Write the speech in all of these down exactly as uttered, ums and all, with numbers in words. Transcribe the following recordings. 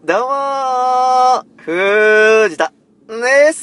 どうもー、藤田です。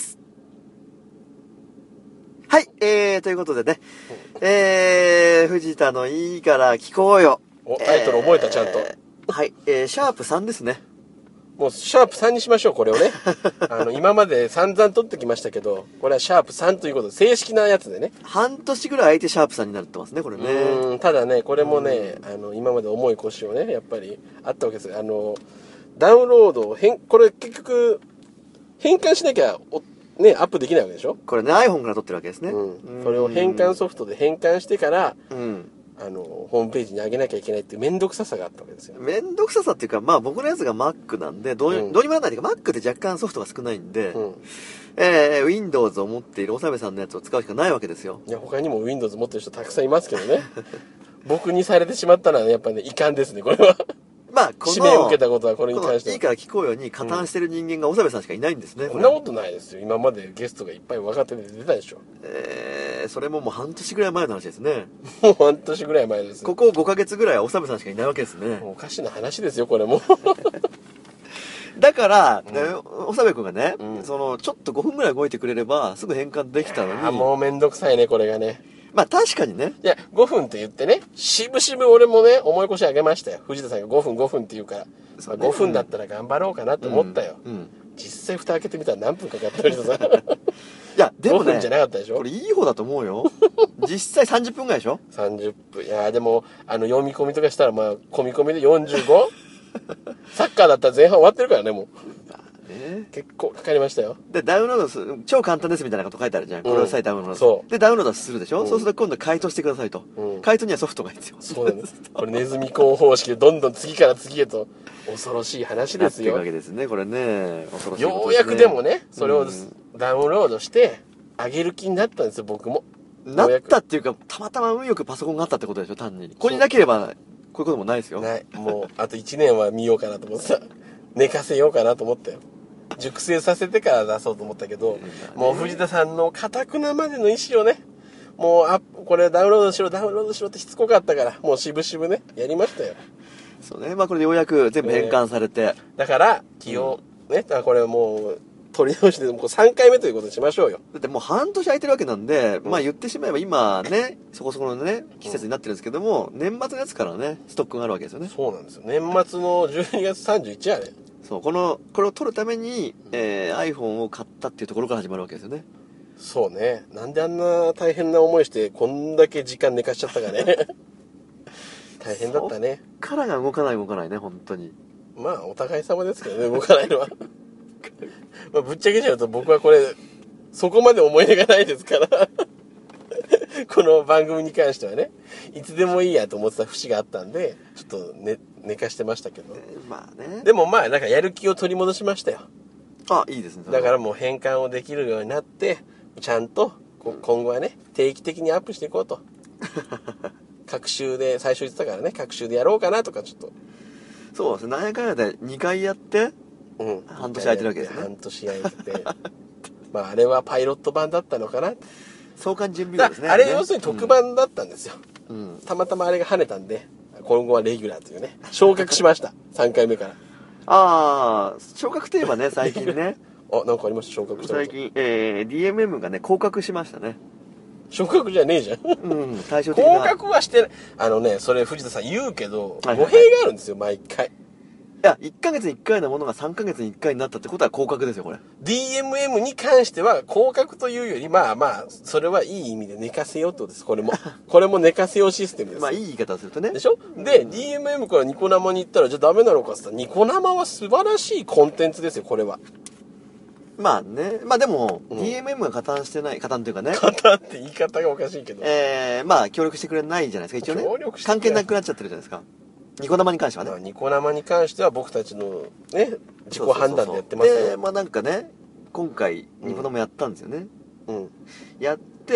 はい、えー、ということでね、えー、藤田のいいから聞こうよ。 お、タイトル覚えた、ちゃんと。 はい、えー、シャープさんですね。 もう、シャープさんにしましょう、これをね。あの、今まで散々取ってきましたけど、これはシャープさんということで、正式なやつでね。 半年ぐらい空いてシャープさんになってますね、これね。 うん、ただね、これもね、あの、今まで重い腰をね、やっぱりあったわけです。あの、ダウンロードを変、これ結局、変換しなきゃ、おね、アップできないわけでしょ。 これね、iPhone から撮ってるわけですね。 うん。それを変換ソフトで変換してから、 うん。 あの、ホームページに上げなきゃいけないっていう面倒くささがあったわけですよ。 めんどくささっていうか、まあ僕のやつが Mac なんで、どう,、 うんどうにもならないというか、Mac って若干ソフトが少ないんで、 うん。 えー、Windows を持っているおさべさんのやつを使うしかないわけですよ。 いや、他にも Windows 持ってる人たくさんいますけどね。僕にされてしまったのは、ね、やっぱね、遺憾ですね、これは。 まあ、この、 指名を受けたことはこれに関しては。 いいから聞こうよに加担してる人間がおさべさんしかいないんですね。 そんなことないですよ。今までゲストがいっぱい分かってて出たでしょ。 えー、それももう半年ぐらい前の話ですね。 もう半年ぐらい前です。 ここごかげつぐらいはおさべさんしかいないわけですね。 おかしな話ですよ、これも。 だから、 うんね、おさべくんがね、 うんその、ちょっとごふんぐらい動いてくれれば、すぐ変換できたのに。 あ、もうめんどくさいね、これがね。 まあ確かにね。 いや、ごふんって言ってね、しぶしぶ俺もね、重い腰上げましたよ。藤田さんがごふんごふんって言うから。 そうねまあ、ごふんだったら頑張ろうかなと思ったよ。 うん。うん実際蓋開けてみたら何分かかった藤田さん。 いや、でもごふんね、 じゃなかったでしょこれいい方だと思うよ。実際さんじゅっぷんぐらいでしょ。 さんじゅっぷん。いやでもあの読み込みとかしたらまあ込み込みで よんじゅうご サッカーだったら前半終わってるからね、もうね、 結構かかりましたよ。 で、ダウンロードする、超簡単ですみたいなこと書いてあるじゃん。これをさえダウンロードする。 そうで、ダウンロードするでしょ、 うんそうすると今度解凍してくださいと。 うん解凍にはソフトが必要。 そうなんですこれネズミ講方式でどんどん次から次へと恐ろしい話ですよ。 なっていくわけですね、これね。恐ろしいことですね。 ようやくでもね、それをうんダウンロードして上げる気になったんですよ、僕も。 なっようやくたっていうか、たまたま運よくパソコンがあったってことでしょ、単に。ここになければ、こういうこともないですよ。 ない。もうあといちねんは見ようかなと思ってた。寝かせようかなと思ったよ。熟成させてから出そうと思ったけど、もう藤田さんの固くなまでの意思をね、もうあこれダウンロードしろダウンロードしろってしつこかったから、もう渋々ねやりましたよ。 そうね。まあこれでようやく全部変換されて。 だから気を、ね、だからこれもう取り直してもうさんかいめということにしましょうよ。 だってもう半年空いてるわけなんで、まあ言ってしまえば今ね、そこそこのね、季節になってるんですけども、年末のやつからね、ストックがあるわけですよね。 そうなんですよ。年末のじゅうにがつさんじゅういちやね。 そう、この、これを撮るために、えー、iPhone を買ったっていうところから始まるわけですよね。 そうね。なんであんな大変な思いしてこんだけ時間寝かしちゃったかね。大変だったね。 からが動かない動かないね、本当に。 まあお互い様ですけどね、動かないのは。まあぶっちゃけちゃうと僕はこれそこまで思い出がないですからこの番組に関してはね、いつでもいいやと思ってた節があったんでちょっと寝寝かしてましたけど、 えーまあね。 でもまあなんかやる気を取り戻しましたよ。 あ、いいですね。 だからもう変換をできるようになってちゃんとこ今後はね定期的にアップしていこうと各週で最初言ってたからね、各週でやろうかなとかちょっと。 そうですね。何やかんやでにかいやって、 うん、 半年空いてるわけですね半年空いててまああれはパイロット版だったのかな。 相関準備だ号ですね。 あれ要するに特番だったんですよ、 うん。うん。 たまたまあれが跳ねたんで今後はレギュラーというね昇格しましたさんかいめからああ、昇格といえばね、最近ね。 あ、なんかありました昇格したこと。 最近、えー、ディーエムエム がね、降格しましたね。 昇格じゃねえじゃんうん、対照的な。 降格はしてない。あのね、それ藤田さん言うけど、 はいはいはい語弊があるんですよ毎回。 いや、いっかげつにいっかいのものがさんかげつにいっかいになったってことは降格ですよ、これ。 ディーエムエム に関しては降格というより、まあまあそれはいい意味で寝かせようってことです。これもこれも寝かせようシステムです。 まあ、いい言い方をするとね。 でしょ。で ディーエムエム からニコ生に行ったらじゃあダメなのかって言ったら、ニコ生は素晴らしいコンテンツですよ、これは。 まあね。まあでも、 うんディーエムエム が加担してない、加担というかね。 加担って言い方がおかしいけど、 えー、まあ、協力してくれないじゃないですか、一応ね。 協力してくれ関係なくなっちゃってるじゃないですか。ニコ生に関してはね。 まあ、ニコ生に関しては僕たちのね自己判断でやってますよ。 で、まあなんかね、今回、ニコ生やったんですよね。 うんやって、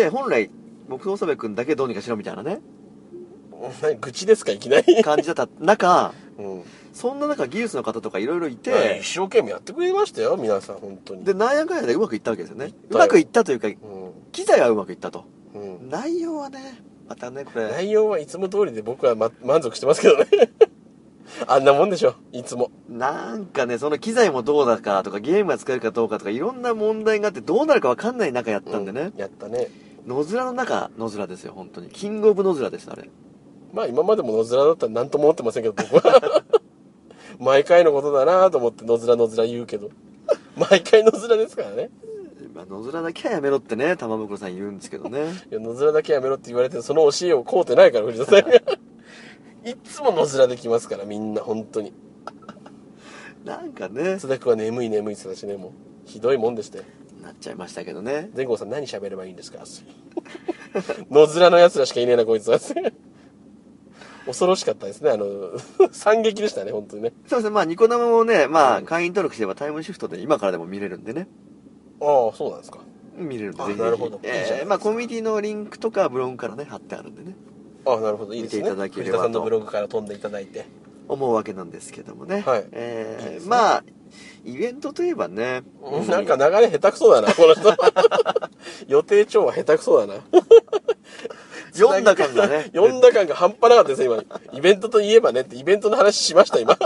本来、僕と長部君だけどうにかしろみたいなね、 何愚痴ですかいきなり感じだった中、 うんそんな中、技術の方とかいろいろいまあて、 一生懸命やってくれましたよ皆さん本当に。 で、なんやかんやでうまくいったわけですよね。 いうったよまくいったというか、 うん機材はうまくいったと。 うん、 内容はね、またね、これ。 内容はいつも通りで僕は、ま、満足してますけどねあんなもんでしょいつも。 なんかね、その機材もどうだかとか、ゲームが使えるかどうかとか、いろんな問題があって、どうなるか分かんない中やったんでね。 うん、やったね。 野面の中、野面ですよ、本当に。キングオブ野面です、あれ。 まあ今までも野面だったら何とも思ってませんけど、僕は。毎回のことだなと思って野面野面言うけど。毎回野面ですからね。 まあ、野面だけはやめろってね、玉袋さん言うんですけどね。 いや、野面だけやめろって言われて、その教えをこうてないから、藤田さんが。いっつも野面できますから、みんな、本当に。 なんかね、 津田君は眠い眠いって言ってたしね、もう。ひどいもんでしたよ。 なっちゃいましたけどね。 全郷さん何喋ればいいんですか野面の奴らしかいねえな、こいつは。恐ろしかったですね、あの、惨劇でしたね、本当にね。 そうですね、まあ、ニコ生もね、まあ、会員登録すればタイムシフトで今からでも見れるんでね。 ああ、そうなんですか。 見れるんで、 あぜひぜひ。 なるほどいいじゃないですかえー、まあ、コミュニティのリンクとかブログからね、貼ってあるんでね。 ああ、なるほど、いいですね。 見ていただければと藤田さんのブログから飛んでいただいて。 思うわけなんですけどもね。 はいえーいいですねまあ、イベントといえばね。 うんなんか流れ下手くそだな、この人。予定調は下手くそだな。 読んだ感がね。 読んだ感が半端なかったですね、今。イベントといえばねって、イベントの話しました、今。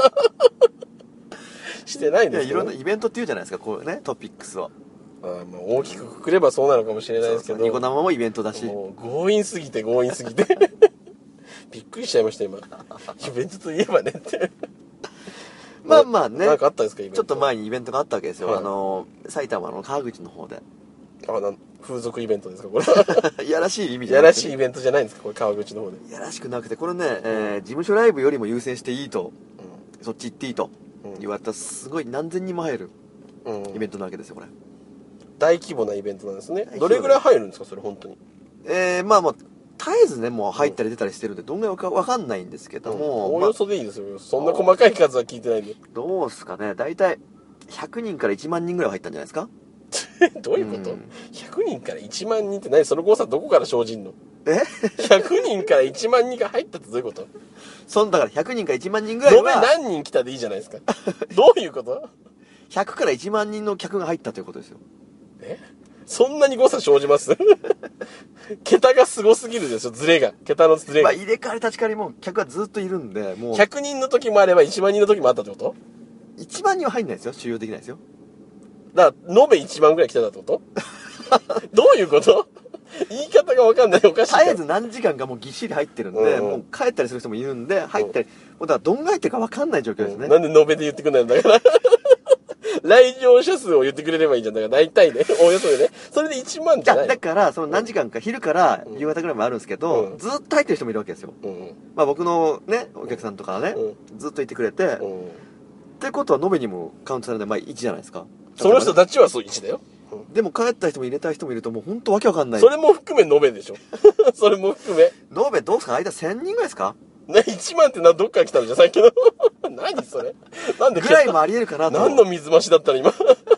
してないんいや、 ですけど、 いろんなイベントって言うじゃないですか、こういうね、トピックスを。 あーまあ大きくくくればそうなのかもしれないですけど。 そうそうニコ生もイベントだし。 もう強引すぎて強引すぎて。びっくりしちゃいました、今。イベントといえばねって。 まあまあね。 なんかあったんですか、イベント。 ちょっと前にイベントがあったわけですよ。 はいあの、埼玉の川口の方で。 あなん風俗イベントですか、これは。 いやらしい意味いじゃなくてやらしいイベントじゃないんですか、これ、川口の方で。 いやらしくなくて、これね、えー事務所ライブよりも優先していいと、そっち行っていいとうん言われた、すごい何千人も入るうん。うんイベントなわけですよ、これ。 大規模なイベントなんですね。 大規模どれぐらい入るんですか、それ、本当に。 えー、まあもう、絶えずね、もう入ったり出たりしてるんで、どんぐらいかわかんないんですけども、まあおおよそでいいですよ。そんな細かい数は聞いてないんで。 どうすかね、大体ひゃくにんからいちまんにんぐらいは入ったんじゃないですか。 どういうこと、 うんひゃく 人からいちまん人って何、その誤差どこから生じんの？ えひゃくにんからいちまん人が入ったってどういうこと？ そんだからひゃくにんからいちまん人ぐらい延べは、 何人来たでいいじゃないですか。どういうこと？ ひゃくからいちまん人の客が入ったということですよ。 えそんなに誤差生じます？桁がすごすぎるでしょ、ズレが。桁のズレが。 まあ入れ替わり立ち替わりも客はずっといるんで、もうひゃくにんの時もあればいちまん人の時もあったってこと？ いちまん人は入んないですよ、収容できないですよ。 だから、延べいちまんぐらい来てたってことどういうこと言い方がわかんない。おかしいから。 絶えず何時間かもうぎっしり入ってるんで、 うんもう帰ったりする人もいるんで、入ったり、もうだからどんが入ってるか分かんない状況ですね。 なんで延べで言ってくんないんだから。来場者数を言ってくれればいいじゃん。だから大体ね、おおよそでね。それでいちまんいや、 じゃない。 だから、その何時間か、昼から夕方ぐらいもあるんですけど、 うんずっと入ってる人もいるわけですよ。 うんうん。 まあ僕のね、お客さんとかね、 うずっといてくれて、っうん。 てことは延べにもカウントされない、まあいちじゃないですか。 その人たちはそういちだよ。 でも帰った人も入れた人もいると、もう本当わけわかんない。 それも含め延べでしょ。それも含め。 延べどうですか、間せんにんぐらいですかね、いちまんってな、どっから来たのじゃ、さっきの。何それなんで来たぐらいもあり得るかなと。 何の水増しだったの今。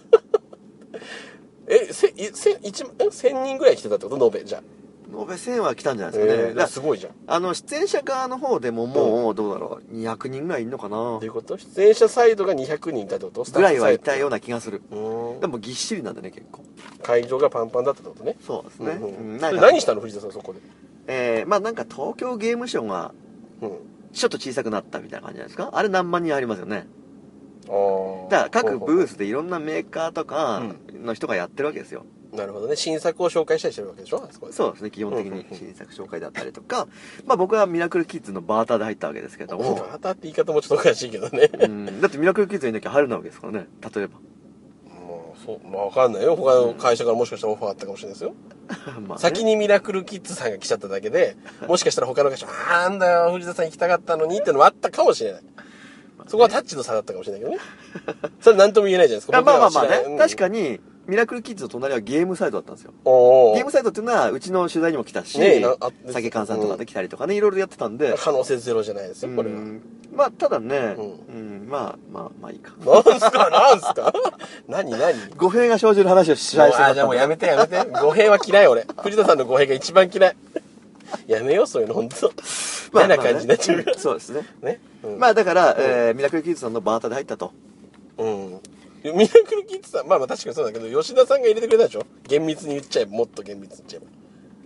え、せ、いせ、一万、え、千人ぐらい来てたってこと延べ、じゃあ。 延べせんは来たんじゃないですかね。 えー、 だからすごいじゃん。 あの、出演者側の方でももう、どうだろう、にひゃくにんぐらいいんのかなどういうこと出演者サイドがにひゃくにんいたってことスタぐらッフサイドいはいたような気がする。 うーんでもぎっしりなんでね、結構。 会場がパンパンだったってことね。 そうですね。 うんうんうんそれなんか何したの藤田さん、そこで。 えー、まあなんか東京ゲームショウがうん。 ちょっと小さくなったみたいな感じじゃないですか。あれ何万人ありますよね。 ああ。 だから各ブース。 スでいろんなメーカーとかの人がやってるわけですよ。 なるほどね。新作を紹介したりしてるわけでしょ、あそこで。 そうですね、基本的にうんうんうん新作紹介だったりとか、まあ僕はミラクルキッズのバーターで入ったわけですけども、 バーターって言い方もちょっとおかしいけどね。 うん、だってミラクルキッズにいなきゃ入るなわけですからね、例えば。 もう、そう、まあわかんないよ。他の会社からもしかしたらオファーあったかもしれないですよ。 まあね先にミラクルキッズさんが来ちゃっただけで、もしかしたら他の会社、あーなんだよ、藤田さん行きたかったのにってのもあったかもしれない。そこはタッチの差だったかもしれないけどね。それ何とも言えないじゃないですか。 あまあまあまあね、確に。 かに、ミラクルキッズの隣はゲームサイトだったんですよ。 おーゲームサイトっていうのは、うちの取材にも来たし、 ねえなあ酒換算とかで来たりとかね、いろいろやってたんで、 可能性ゼロじゃないですよ、これは。 うんまあ、ただね、 ううん、まあ、まあ、まあいいか。 なんすかなんすか何何語弊が生じる話をしちゃいそうだあ、 ったんでじゃあもうやめてやめて。語弊は嫌い俺。藤田さんの語弊が一番嫌い。やめよう、そういうの、ほんと。嫌な感じになっちゃうから。 そうですね。 ね。うんまあだから、えーミラクルキッズさんのバーターで入ったと。 うん。ミラクルキッズさん、まあまあ確かにそうだけど、吉田さんが入れてくれたでしょ厳密に言っちゃえば、もっと厳密に言っちゃえ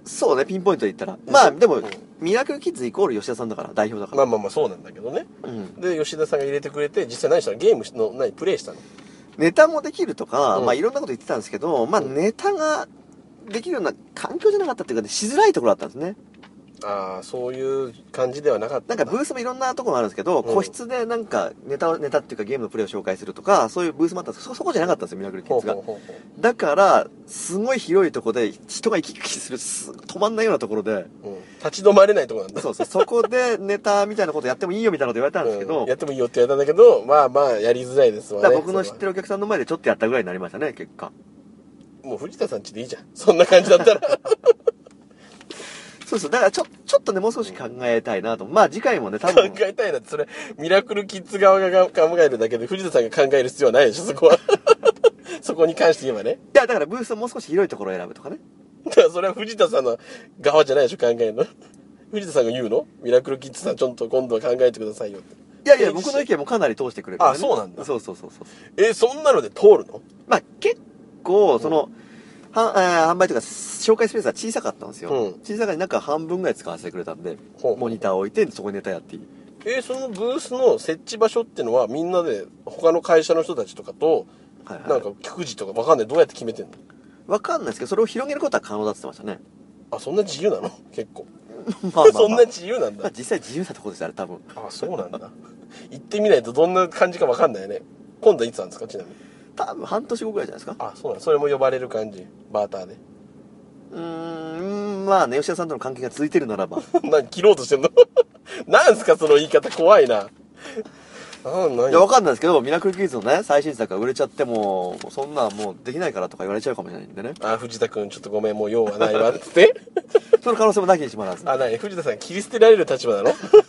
そうね、ピンポイントで言ったら。まあ、でも、 うん、 ミラクルキッズイコール吉田さんだから、代表だから。 まあまあまあそうなんだけどね。うん、で、吉田さんが入れてくれて、実際何したの？ゲームの、何、プレイしたの？ ネタもできるとか、 うん、 まあいろんなこと言ってたんですけど、まあネタができるような環境じゃなかったっていうか、ね、しづらいところだったんですね。 ああ、そういう感じではなかった。 なんかブースもいろんなところがあるんですけど、うん、個室でなんかネタを、ネタっていうかゲームのプレイを紹介するとか、そういうブースもあったんですけど、そ、そこじゃなかったんですよ、ミラクルキッズが。ほうほうほうほう。だから、すごい広いところで、人が行き来する、止まんないようなところで、うん、 立ち止まれないところなんだ。 そうそう、そこでネタみたいなことやってもいいよみたいなこと言われたんですけど、 うん、やってもいいよって言われたんだけど、まあまあ、やりづらいですわね。 だから僕の知ってるお客さんの前でちょっとやったぐらいになりましたね、結果。 もう藤田さんちでいいじゃん。そんな感じだったら。 そうそう。だからちょ、ちょっとね、もう少し考えたいなと。まあ次回もね、多分。 考えたいなって、それ、ミラクルキッズ側が考えるだけで、藤田さんが考える必要はないでしょ、そこは。そこに関して言えばね。 いや、だからブースをもう少し広いところを選ぶとかね。 だからそれは藤田さんの側じゃないでしょ、考えるの。藤田さんが言うの？ミラクルキッズさん、ちょっと今度は考えてくださいよって。 いやいや、僕の意見もかなり通してくれるから、 ね。あ、そうなんだ。 そうそうそうそう。 え、そんなので通るの？ まあ結構、その、はえー、販売というか、紹介スペースは小さかったんですよ。うん、小さかになんか半分ぐらい使わせてくれたんで、ほうモニターを置いて、そこにネタやっていい。 えー、そのブースの設置場所っていうのは、みんなで、他の会社の人たちとかと、はいはい、なんか、聞く時とかわかんない。どうやって決めてんの？ わかんないですけど、それを広げることは可能だって言ってましたね。 あ、そんな自由なの？結構。 まあまあ、まあ、 そんな自由なんだ。 まあ、実際自由なところです、あれ多分。 あ、そうなんだ。行ってみないとどんな感じかわかんないよね。今度いつなんですか、ちなみに。 多分半年後ぐらいじゃないですか。 あ、そうなんだ。それも呼ばれる感じ。バーターで。 うーん、まあね、吉田さんとの関係が続いてるならば。 何、切ろうとしてんの？なんすか、その言い方。怖いな。あ、何？ いや、わかんないですけど、ミラクルキッズのね、最新作が売れちゃっても、そんなもうできないからとか言われちゃうかもしれないんでね。 あ、藤田くん、ちょっとごめん、もう用はないわ、って。 その可能性もなきにしもあらず。 あ、なに、藤田さん切り捨てられる立場なの？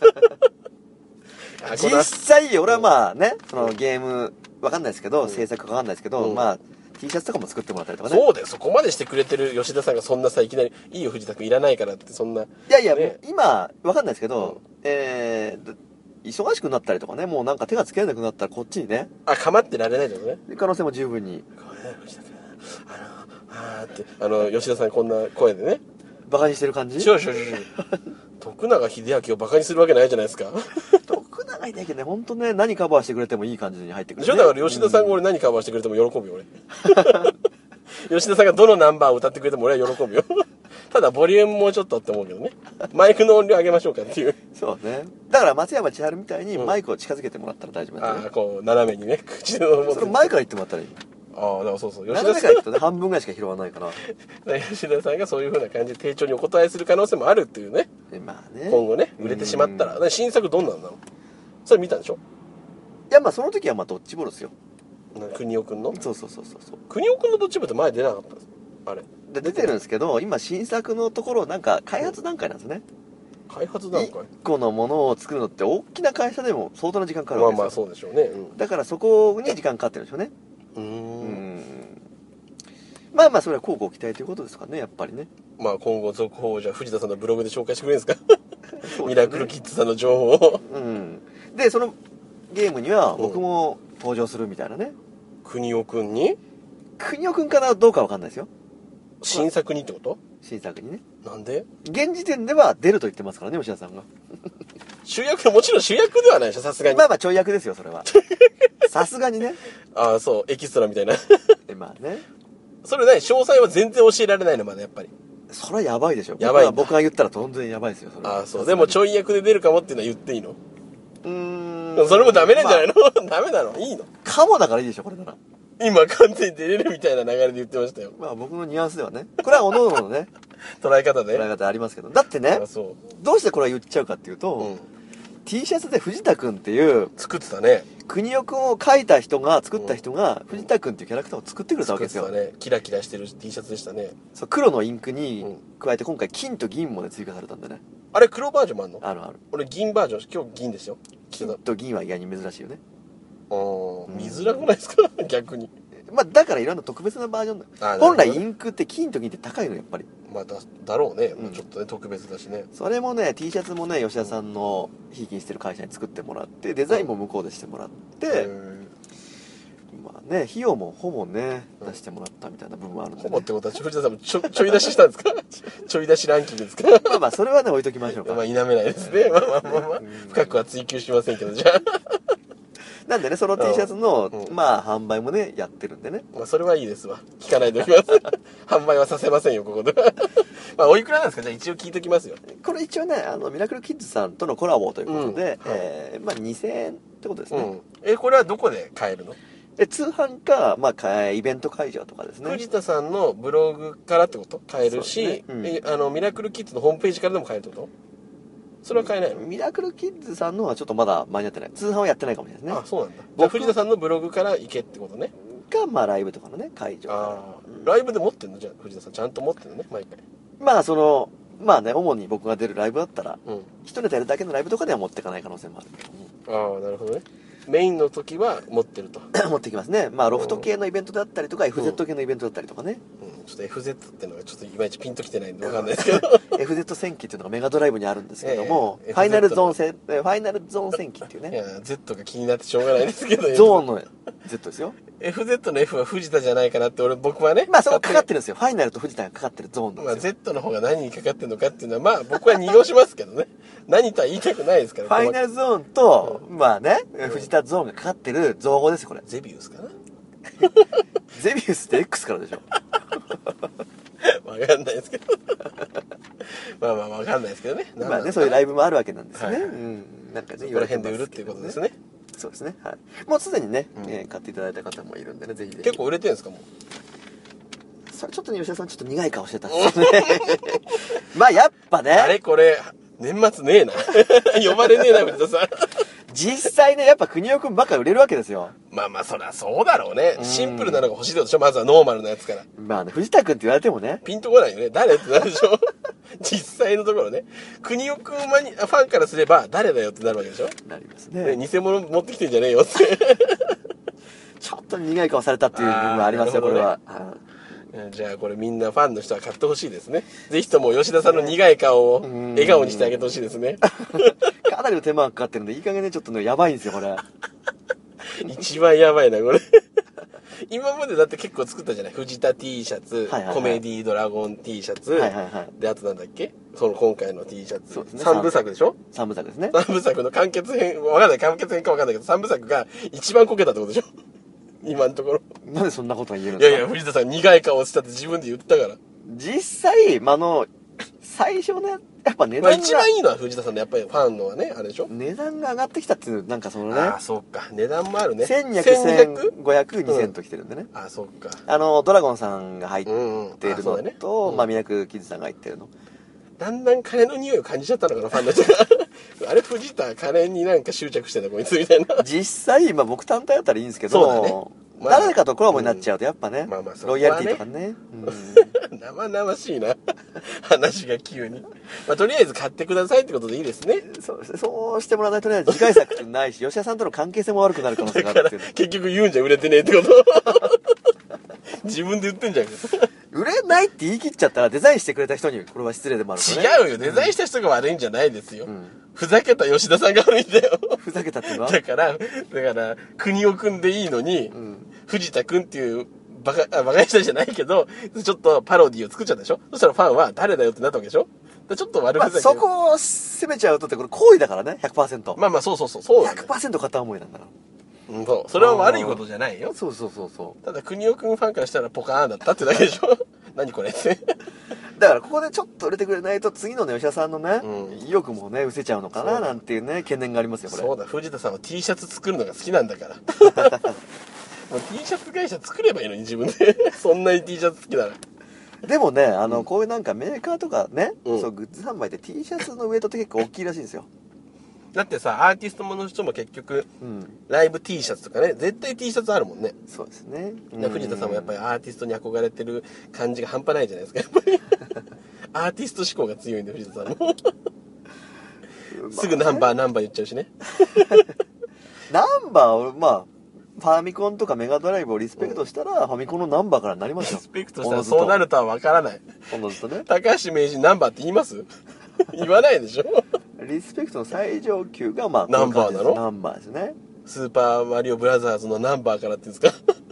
実際、俺はまあね、そのゲーム、わかんないですけど、うん、制作わかんないですけど、うん、まあ、T シャツとかも作ってもらったりとかね。 そうだよ、そこまでしてくれてる吉田さんがそんなさ、いきなり、いいよ藤田くんいらないからって、そんな。いやいや、ね、今、わかんないですけど、うん、えー、忙しくなったりとかね、もうなんか手がつけられなくなったらこっちにね。 あ、構ってられないってことね。 可能性も十分に。 藤田くん、あの、あーって、あの、吉田さんこんな声でね。 バカにしてる感じ？ 違う違う違う。徳永英明をバカにするわけないじゃないですか。 徳永英明ね、ほんとね、何カバーしてくれてもいい感じに入ってくる、ね。 でしょ？だから吉田さんが俺何カバーしてくれても喜ぶよ、俺。吉田さんがどのナンバーを歌ってくれても俺は喜ぶよ。ただボリュームもうちょっとって思うけどね。マイクの音量上げましょうかっていう。 そうね。だから松山千春みたいにマイクを近づけてもらったら大丈夫だ、ね、うん、 ああ、こう、斜めにね、口のそれ前から言ってもらったらいい。 ああ、だからそうそう。 吉田さんから言うとね、半分ぐらいしか拾わないから。 吉田さんがそういう風な感じで丁重にお答えする可能性もあるっていうね。 まあね。 今後ね、売れてしまったら。新作どんなんなの？それ見たんでしょ？ いや、まあその時はまあドッジボールですよ。 国尾くんの？ そうそうそうそう。 国尾くんのドッジボールって前出なかったんですあれ。 で出てるんですけど、今新作のところなんか開発段階なんですね。 開発段階？ 一個のものを作るのって大きな会社でも相当な時間かかるわけですよ。 まあまあそうでしょうね。うん、 だからそこに時間かかってるんでしょうね。 うーん。 まあまあそれは交互期待ということですかね、やっぱりね。 まあ今後続報をじゃあ藤田さんのブログで紹介してくれるんですか？ね、ミラクルキッズさんの情報を。 うん。で、そのゲームには僕も登場するみたいなね。 国尾くんに？ 国尾くんかなどうかわかんないですよ。 新作にってこと？ 新作にね。 なんで？ 現時点では出ると言ってますからね、吉田さんが。 主役、もちろん主役ではないでしょ、さすがに。 まあまあちょい役ですよ、それは。さすがにね。 ああ、そう、エキストラみたいな。 まあね。 それ何？詳細は全然教えられないのまだやっぱり。 それはやばいでしょ。 やばい。 僕が言ったら当然やばいですよ、それは。 ああ、そう。でもちょい役で出るかもっていうのは言っていいの？ うーん。 それもダメなんじゃないの？まあ、ダメなの？いいの？ かもだからいいでしょ、これなら。 今完全に出れるみたいな流れで言ってましたよ。 まあ僕のニュアンスではね。これは各々のね。 捉え方で。 捉え方ありますけど。だってね、どうしてこれは言っちゃうかっていうと、うん、T シャツで藤田くんっていう、 作ってたね。 国尾くんを描いた人が、作った人が、うん、藤田くんっていうキャラクターを作ってくれたわけですよ。 作ってたね。キラキラしてる T シャツでしたね。 そう、黒のインクに加えて今回金と銀もね、追加されたんでね。 あれ黒バージョンもあんの？ あるある。 俺銀バージョン、今日銀ですよ。 金と銀は意外に珍しいよね。 ああ、見づらくないですか？逆に。 まあだからいろんな特別なバージョンだ。本来インクって金と銀って高いのやっぱり。 まあだだろうね、うん、ちょっとね特別だしね。 それもね T シャツもね吉田さんのひいきにしてる会社に作ってもらってデザインも向こうでしてもらって、うん、まあね費用もほぼね出してもらったみたいな部分もあるんで、ね、 ほぼってことは藤田さんもちょちょい出ししたんですかちょい出しランキングですかまあまあそれはね置いときましょうか。 まあ否めないですねまあまあまあまあ深くは追求しませんけどじゃあなんでねその T シャツの、 うん、 まあ販売もねやってるんでね、 まあそれはいいですわ聞かないでおきます販売はさせませんよここでまあおいくらなんですかじゃあ一応聞いときますよ。 これ一応ねあのミラクルキッズさんとのコラボということで、 うん、 えー、まあにせんえんってことですね、 うん、えこれはどこで買えるの？ え通販か、まあ、かイベント会場とかですね。 藤田さんのブログからってこと買えるし、ねうん、えあのミラクルキッズのホームページからでも買えるってこと？それは買えないの？ ミラクルキッズさんのはちょっとまだ間に合ってない。通販はやってないかもしれないですね。 あ、そうなんだ。じゃあ藤田さんのブログから行けってことね。 か、まあライブとかのね、会場。 ああ、うん、ライブで持ってんの？じゃあ藤田さんちゃんと持ってんのね、毎回。 まあその、まあね、主に僕が出るライブだったら、 うん、 一人でやるだけのライブとかでは持っていかない可能性もあるけども。ああ、なるほどね。メインの時は持ってると持ってきますね。まあロフト系のイベントだったりとか、うん、エフゼット 系のイベントだったりとかね、 うん、ちょっと エフゼット っていうのがちょっといまいちピンときてないんで分かんないですけどエフゼット 戦記っていうのがメガドライブにあるんですけども、えー、ファイナルゾーン戦ファイナルゾーン戦記っていうね、 いや Z が気になってしょうがないですけどゾーンの Z ですよ。 エフゼット の F は藤田じゃないかなって俺僕はね、 まあそこかかってるんですよ。ファイナルと藤田がかかってるゾーンなんですよ。 まあ Z の方が何にかかってるのかっていうのはまあ僕は濁しますけどね何とは言いたくないですから。 ファイナルゾーンと、うん、まあね、 うん、 藤田ゾーンがかかってる造語ですよこれ。 ゼビウスかなゼビウスって X からでしょわかんないですけどまあまあわかんないですけどね。 まあねそういうライブもあるわけなんですね、はい、うん、 なんかねここら辺で売るっていうことですね。 そうですね、はい、もうすでにね、うんえー、買っていただいた方もいるんでね、ぜひぜひ。 結構売れてるんですかもう。 それちょっとね吉田さんちょっと苦い顔してたんですよねまあやっぱねあれこれ年末ねえな呼ばれねえな藤田さん実際ねやっぱ国尾くんばっか売れるわけですよ。 まあまあそりゃそうだろうね。シンプルなのが欲しいってことでしょまずはノーマルなやつから。 まあね藤田くんって言われてもねピンとこないよね。誰ってなるでしょ実際のところね国尾くんファンからすれば誰だよってなるわけでしょ。 なりますね。 偽物持ってきてんじゃねえよってちょっと苦い顔されたっていう部分はありますよ、ね、これは。 じゃあこれみんなファンの人は買ってほしいですね。ぜひとも吉田さんの苦い顔を笑顔にしてあげてほしいですねかなりの手間がかかってるんでいい加減ねちょっとねやばいんですよこれ一番やばいなこれ今までだって結構作ったじゃない。藤田 T シャツ、はいはいはい、コメディドラゴン T シャツ、はいはいはい、であとなんだっけその今回の T シャツ、そうですね、さんぶさくでしょ。 さんぶさくですね。 さんぶさくの完結編わかんない完結編かわかんないけどさんぶさくが一番こけたってことでしょ今のところ。 なんでそんなことが言えるんですか。 いやいや藤田さん苦い顔したって自分で言ったから。 実際、まあの最初ねやっぱ値段が、まあ、 一番いいのは藤田さんのやっぱりファンのはねあれでしょ。 値段が上がってきたっていうなんかそのねああそうか値段もあるね。 せんにひゃく、せんごひゃく、にせんと来てるんでね、 うん、ああそうかあのドラゴンさんが入ってるのと、 うんうんねうん、 まあミラクルキッズさんが入ってるのだんだん金の匂いを感じちゃったのかなファンの人があれ藤田金になんか執着してんだこいつみたいな。 実際まあ僕単体だったらいいんですけどそうだね、まあ、誰かとコラボになっちゃうとやっぱね、うんまあまあね、ロイヤリティとかね、 うん、生々しいな話が急に、まあ、とりあえず買ってくださいってことでいいですね。 そうですね。そうしてもらわないとね次回作ってないし吉田さんとの関係性も悪くなる可能性があるっていう。 結局言うんじゃ売れてねえってこと自分で言ってんじゃん売れないって言い切っちゃったらデザインしてくれた人にこれは失礼でもあるからね。違うよデザインした人が悪いんじゃないですよ、うん、ふざけた吉田さんが悪いんだよふざけたっていうのはだからだから国尾くんでいいのに、うん、藤田くんっていうバカバカにしたじゃないけどちょっとパロディを作っちゃったでしょ。そしたらファンは誰だよってなったわけでしょ。ちょっと悪ふざけ、まあ、 そこを責めちゃうとってこれ行為だからね ひゃくパーセント。 まあまあそうそうそうそう、ね、 ひゃくパーセント 片思いなんだから。 うん、そうそれは悪いことじゃないよ。 そうそうそうそう。 ただ国尾くんファンからしたらポカーンだったってだけでしょ何これってだからここでちょっと売れてくれないと次のね吉田さんのね、うん、意欲もね失せちゃうのかななんていうね懸念がありますよこれ。 そうだ藤田さんは T シャツ作るのが好きなんだからもう T シャツ会社作ればいいのに自分でそんなに T シャツ好きなら。 でもねあの、うん、こういうなんかメーカーとかね、うん、そうグッズ販売で T シャツのウエイトって結構大きいらしいんですよ。 だってさアーティストもの人も結局、うん、ライブ T シャツとかね絶対 T シャツあるもんね。 そうですね、 うん、藤田さんもやっぱりアーティストに憧れてる感じが半端ないじゃないですかやっぱりアーティスト志向が強いんで藤田さんもすぐナンバーナンバー言っちゃうしねナンバーまあファミコンとかメガドライブをリスペクトしたら、うん、ファミコンのナンバーからなりますよ。 リスペクトしたらそうなるとは分からない。 おのずとね高橋名人ナンバーって言います言わないでしょリスペクトの最上級がまあナンバーなの。 ナンバーですね。 スーパーマリオブラザーズのナンバーからっていうんですか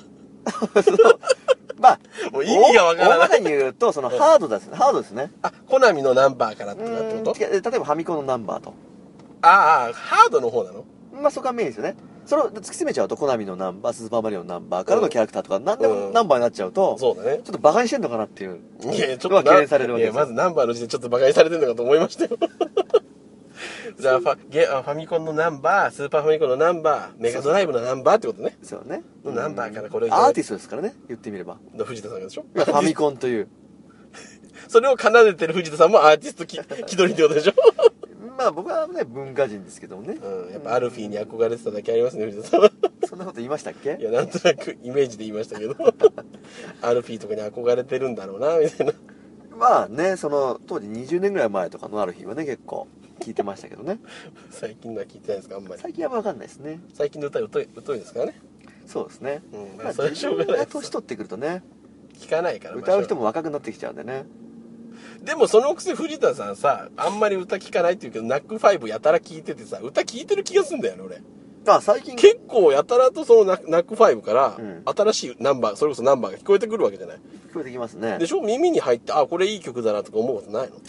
まあ、 もう意味がわからない。 大まかに言うと、そのハードですね。ハードですね。 あ、コナミのナンバーからってうなってこと？ ん例えばファミコンのナンバーと。 ああ、ハードの方なの？ まあそこがメインですよね。それを突き詰めちゃうと、コナミのナンバー、スーパーマリオのナンバーからのキャラクターとか、何でもナンバーになっちゃうと、 そうだね。 ちょっとバカにしてんのかなっていういや、ちょっとのが懸念されるわけいや、 ですよ。 まずナンバーの時点でちょっとバカにされてるのかと思いましたよ。じゃあファゲあファミコンのナンバー、スーパーファミコンのナンバー、メガドライブのナンバーってことね。 そうね。 ナンバーからこれをアーティストですからね、言ってみれば。 藤田さんがでしょ？ ファミコンという。 それを奏でてる藤田さんもアーティストき気取りってことでしょ？ まあ僕はね、文化人ですけどもね。 うん、やっぱアルフィーに憧れてただけありますね、藤田さんは。 そんなこと言いましたっけ？ いや、なんとなくイメージで言いましたけど。アルフィーとかに憧れてるんだろうな、みたいな。 まあね、その、当時にじゅうねんぐらい前とかのある日はね、結構聞いてましたけどね。 最近のは聞いてないですか、あんまり。 最近はわかんないですね。 最近の歌疎い、疎いですからね。 そうですね。 うん、 まあ、 まあ、それはしょうがないです。 年取ってくるとね、 聞かないから。 歌う人も若くなってきちゃうんでね。 でもそのくせ藤田さんさ、あんまり歌聞かないって言うけど、ナックファイブやたら聞いててさ、歌聞いてる気がすんだよね、俺。 あ、最近。 結構やたらとそのナナックファイブからうん、 新しいナンバー、それこそナンバーが聞こえてくるわけじゃない。 聞こえてきますね。 でしょ？耳に入って、あ、これいい曲だなとか思うことないの？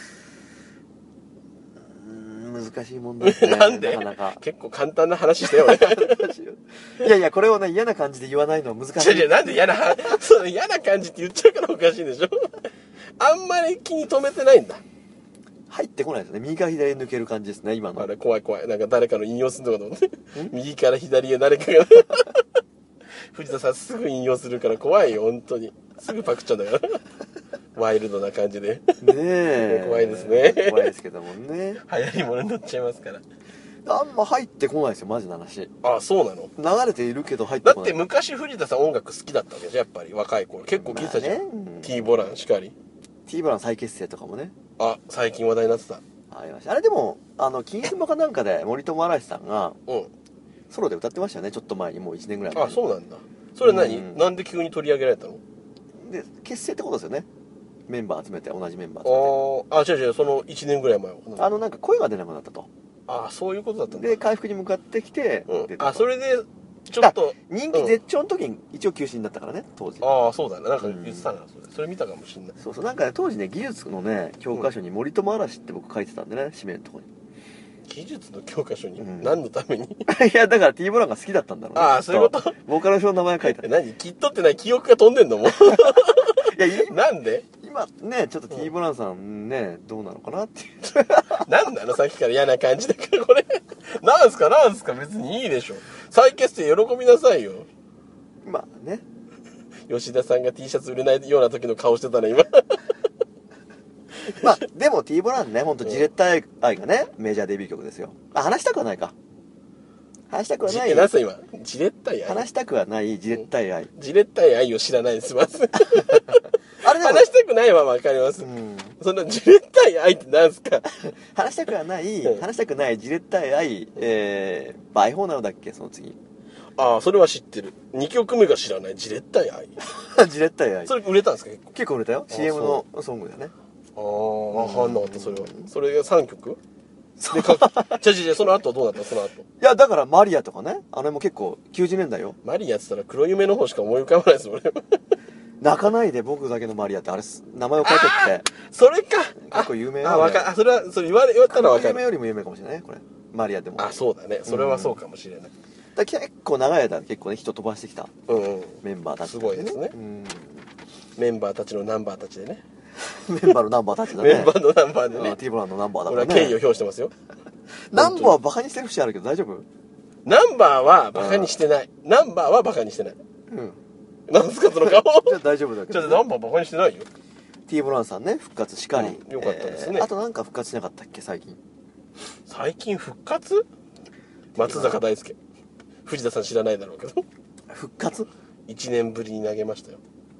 うーん、難しい問題ですね。 なんで？ なかなか。 結構簡単な話したよ、俺。 いやいや、これをね、嫌な感じで言わないのは難しい。 違う違う、なんで嫌な、その嫌な感じって言っちゃうからおかしいでしょ？あんまり気に留めてないんだ。 入ってこないですね。右から左に抜ける感じですね、今の。 あれ、怖い怖い。なんか誰かの引用するのかと思って。右から左へ誰かが。藤田さんすぐ引用するから怖いよ、本当に。すぐパクっちゃうんだから。ワイルドな感じで。 ねえ。 怖いですね怖いですけどもね。 流行り物になっちゃいますから。 あんま入ってこないですよ、マジな話。 あ、そうなの？ 流れているけど入ってだっこない。 て昔藤田さん音楽好きだったわけじゃん、やっぱり若い頃。結構聴いてたじゃん。 まあねうん T ボランしかり。 T ブラン再結成とかもね。 あ、最近話題になってた。 ありました。あれでも、あの、金スマかなんかで森友嵐さんがうん。 ソロで歌ってましたよね、ちょっと前に、もういちねんぐらい前に。 あ、そうなんだ。それは何？ うんなんで急に取り上げられたの？ で、結成ってことですよね。メンバー集めて、同じメンバーあ集めて。 ーあ、違う違う、そのいちねんぐらい前は。 あの、なんか声が出なくなったと。 あ、そういうことだったんだ。 で、回復に向かってきて、 うん。 出たとあ、それで、ちょっと。 人気絶頂の時に一応休止になったからね、当時。 ああ、そうだね。なんか言ってたな、それ。それ見たかもしんない。 そうそう、なんかね、当時ね、技術のね、教科書に森友嵐って僕書いてたんでね、紙面のとこに。 技術の教科書に、 うん何のためにいや、だから T ボランが好きだったんだろうね。 ああ、そういうこと？ ボーカルの名前書いてあえる。 何きっとってない記憶が飛んでんのもう。 いや、いなんで今ね、ちょっと T ボランさんね、どうなのかなっていう。 なんなのさっきから嫌な感じだから、これ。なんすかなんすか別にいいでしょ。再結成喜びなさいよ。 まあね。 吉田さんが T シャツ売れないような時の顔してたね、今。 まあ、でも T ボランね、ほんとジレッタ愛がね、メジャーデビュー曲ですよ。あ、話したくはないか。話したくはじない。 何すか今。ジレッタイ愛。 話したくはないジレッタ愛。 ジレッタイ愛を知らないです、まず。 あれでも、 話したくないはわかります。 うん、 そのジレッタイ愛って何すか？ 話したくはない、 うん話したくないジレッタ愛、えー、バイフォーなのだっけ、その次。 ああ、それは知ってる。にきょくめが知らないジレッタイ愛。 ジレッタ愛。 それ売れたんですか結構。 結構売れたよ。 あシーエムそのソングだよね。 ああ、わかんなかった、それは。それがさんきょくで、か、じゃじゃその後どうなったその後。 いや、だからマリアとかね、あれも結構きゅうじゅうねんだいよ。 マリアって言ったら黒夢の方しか思い浮かばないです、俺。 泣かないで僕だけのマリアって、あれ、名前を書いてって。 それか。 結構有名よあ、わか、あ、それは、それ言われ、言わったらわかる。 有名よりも有名かもしれないね、これ。マリアでも。 あ、そうだね。それはそうかもしれない。 だ結構長い間結構ね、人飛ばしてきたうんうん。 メンバーたち、 すごいですねうんメンバーたちのナンバーたちでね。 メンバーのナンバーたちだね。 メンバーのナンバーであね。 T ボランのナンバーだか俺らね。 は敬意を表してますよ。 ナンバーはバカにしてる節あるけど大丈夫？ ナンバーはバカにしてない。ナンバーはバカにしてない。 うん。 なんすかその顔。 じゃあ大丈夫だけちょど、 っとナンバーバカにしてないよ。 T ボランさんね、復活しかり。 うんよかったですねえーあとなんか復活しなかったっけ、最近。 最近復活？松坂大輔。藤田さん知らないだろうけど。 復活？ いちねんぶりに投げましたよ。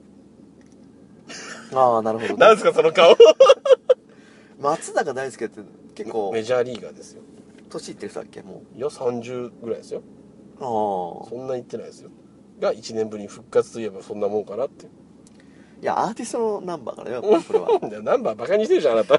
ああ、なるほど、 なんすかその顔。 松坂大輔って結構、 メジャーリーガーですよ。 年いってる人だっけ、もいや、さんじゅうぐらいですよ。 う。ああ。 そんな言ってないですよ。がいちねんぶりに復活といえばそんなもんかなって。 いや、アーティストのナンバーからよ、これは。 いやナンバーバカにしてるじゃん、あなた。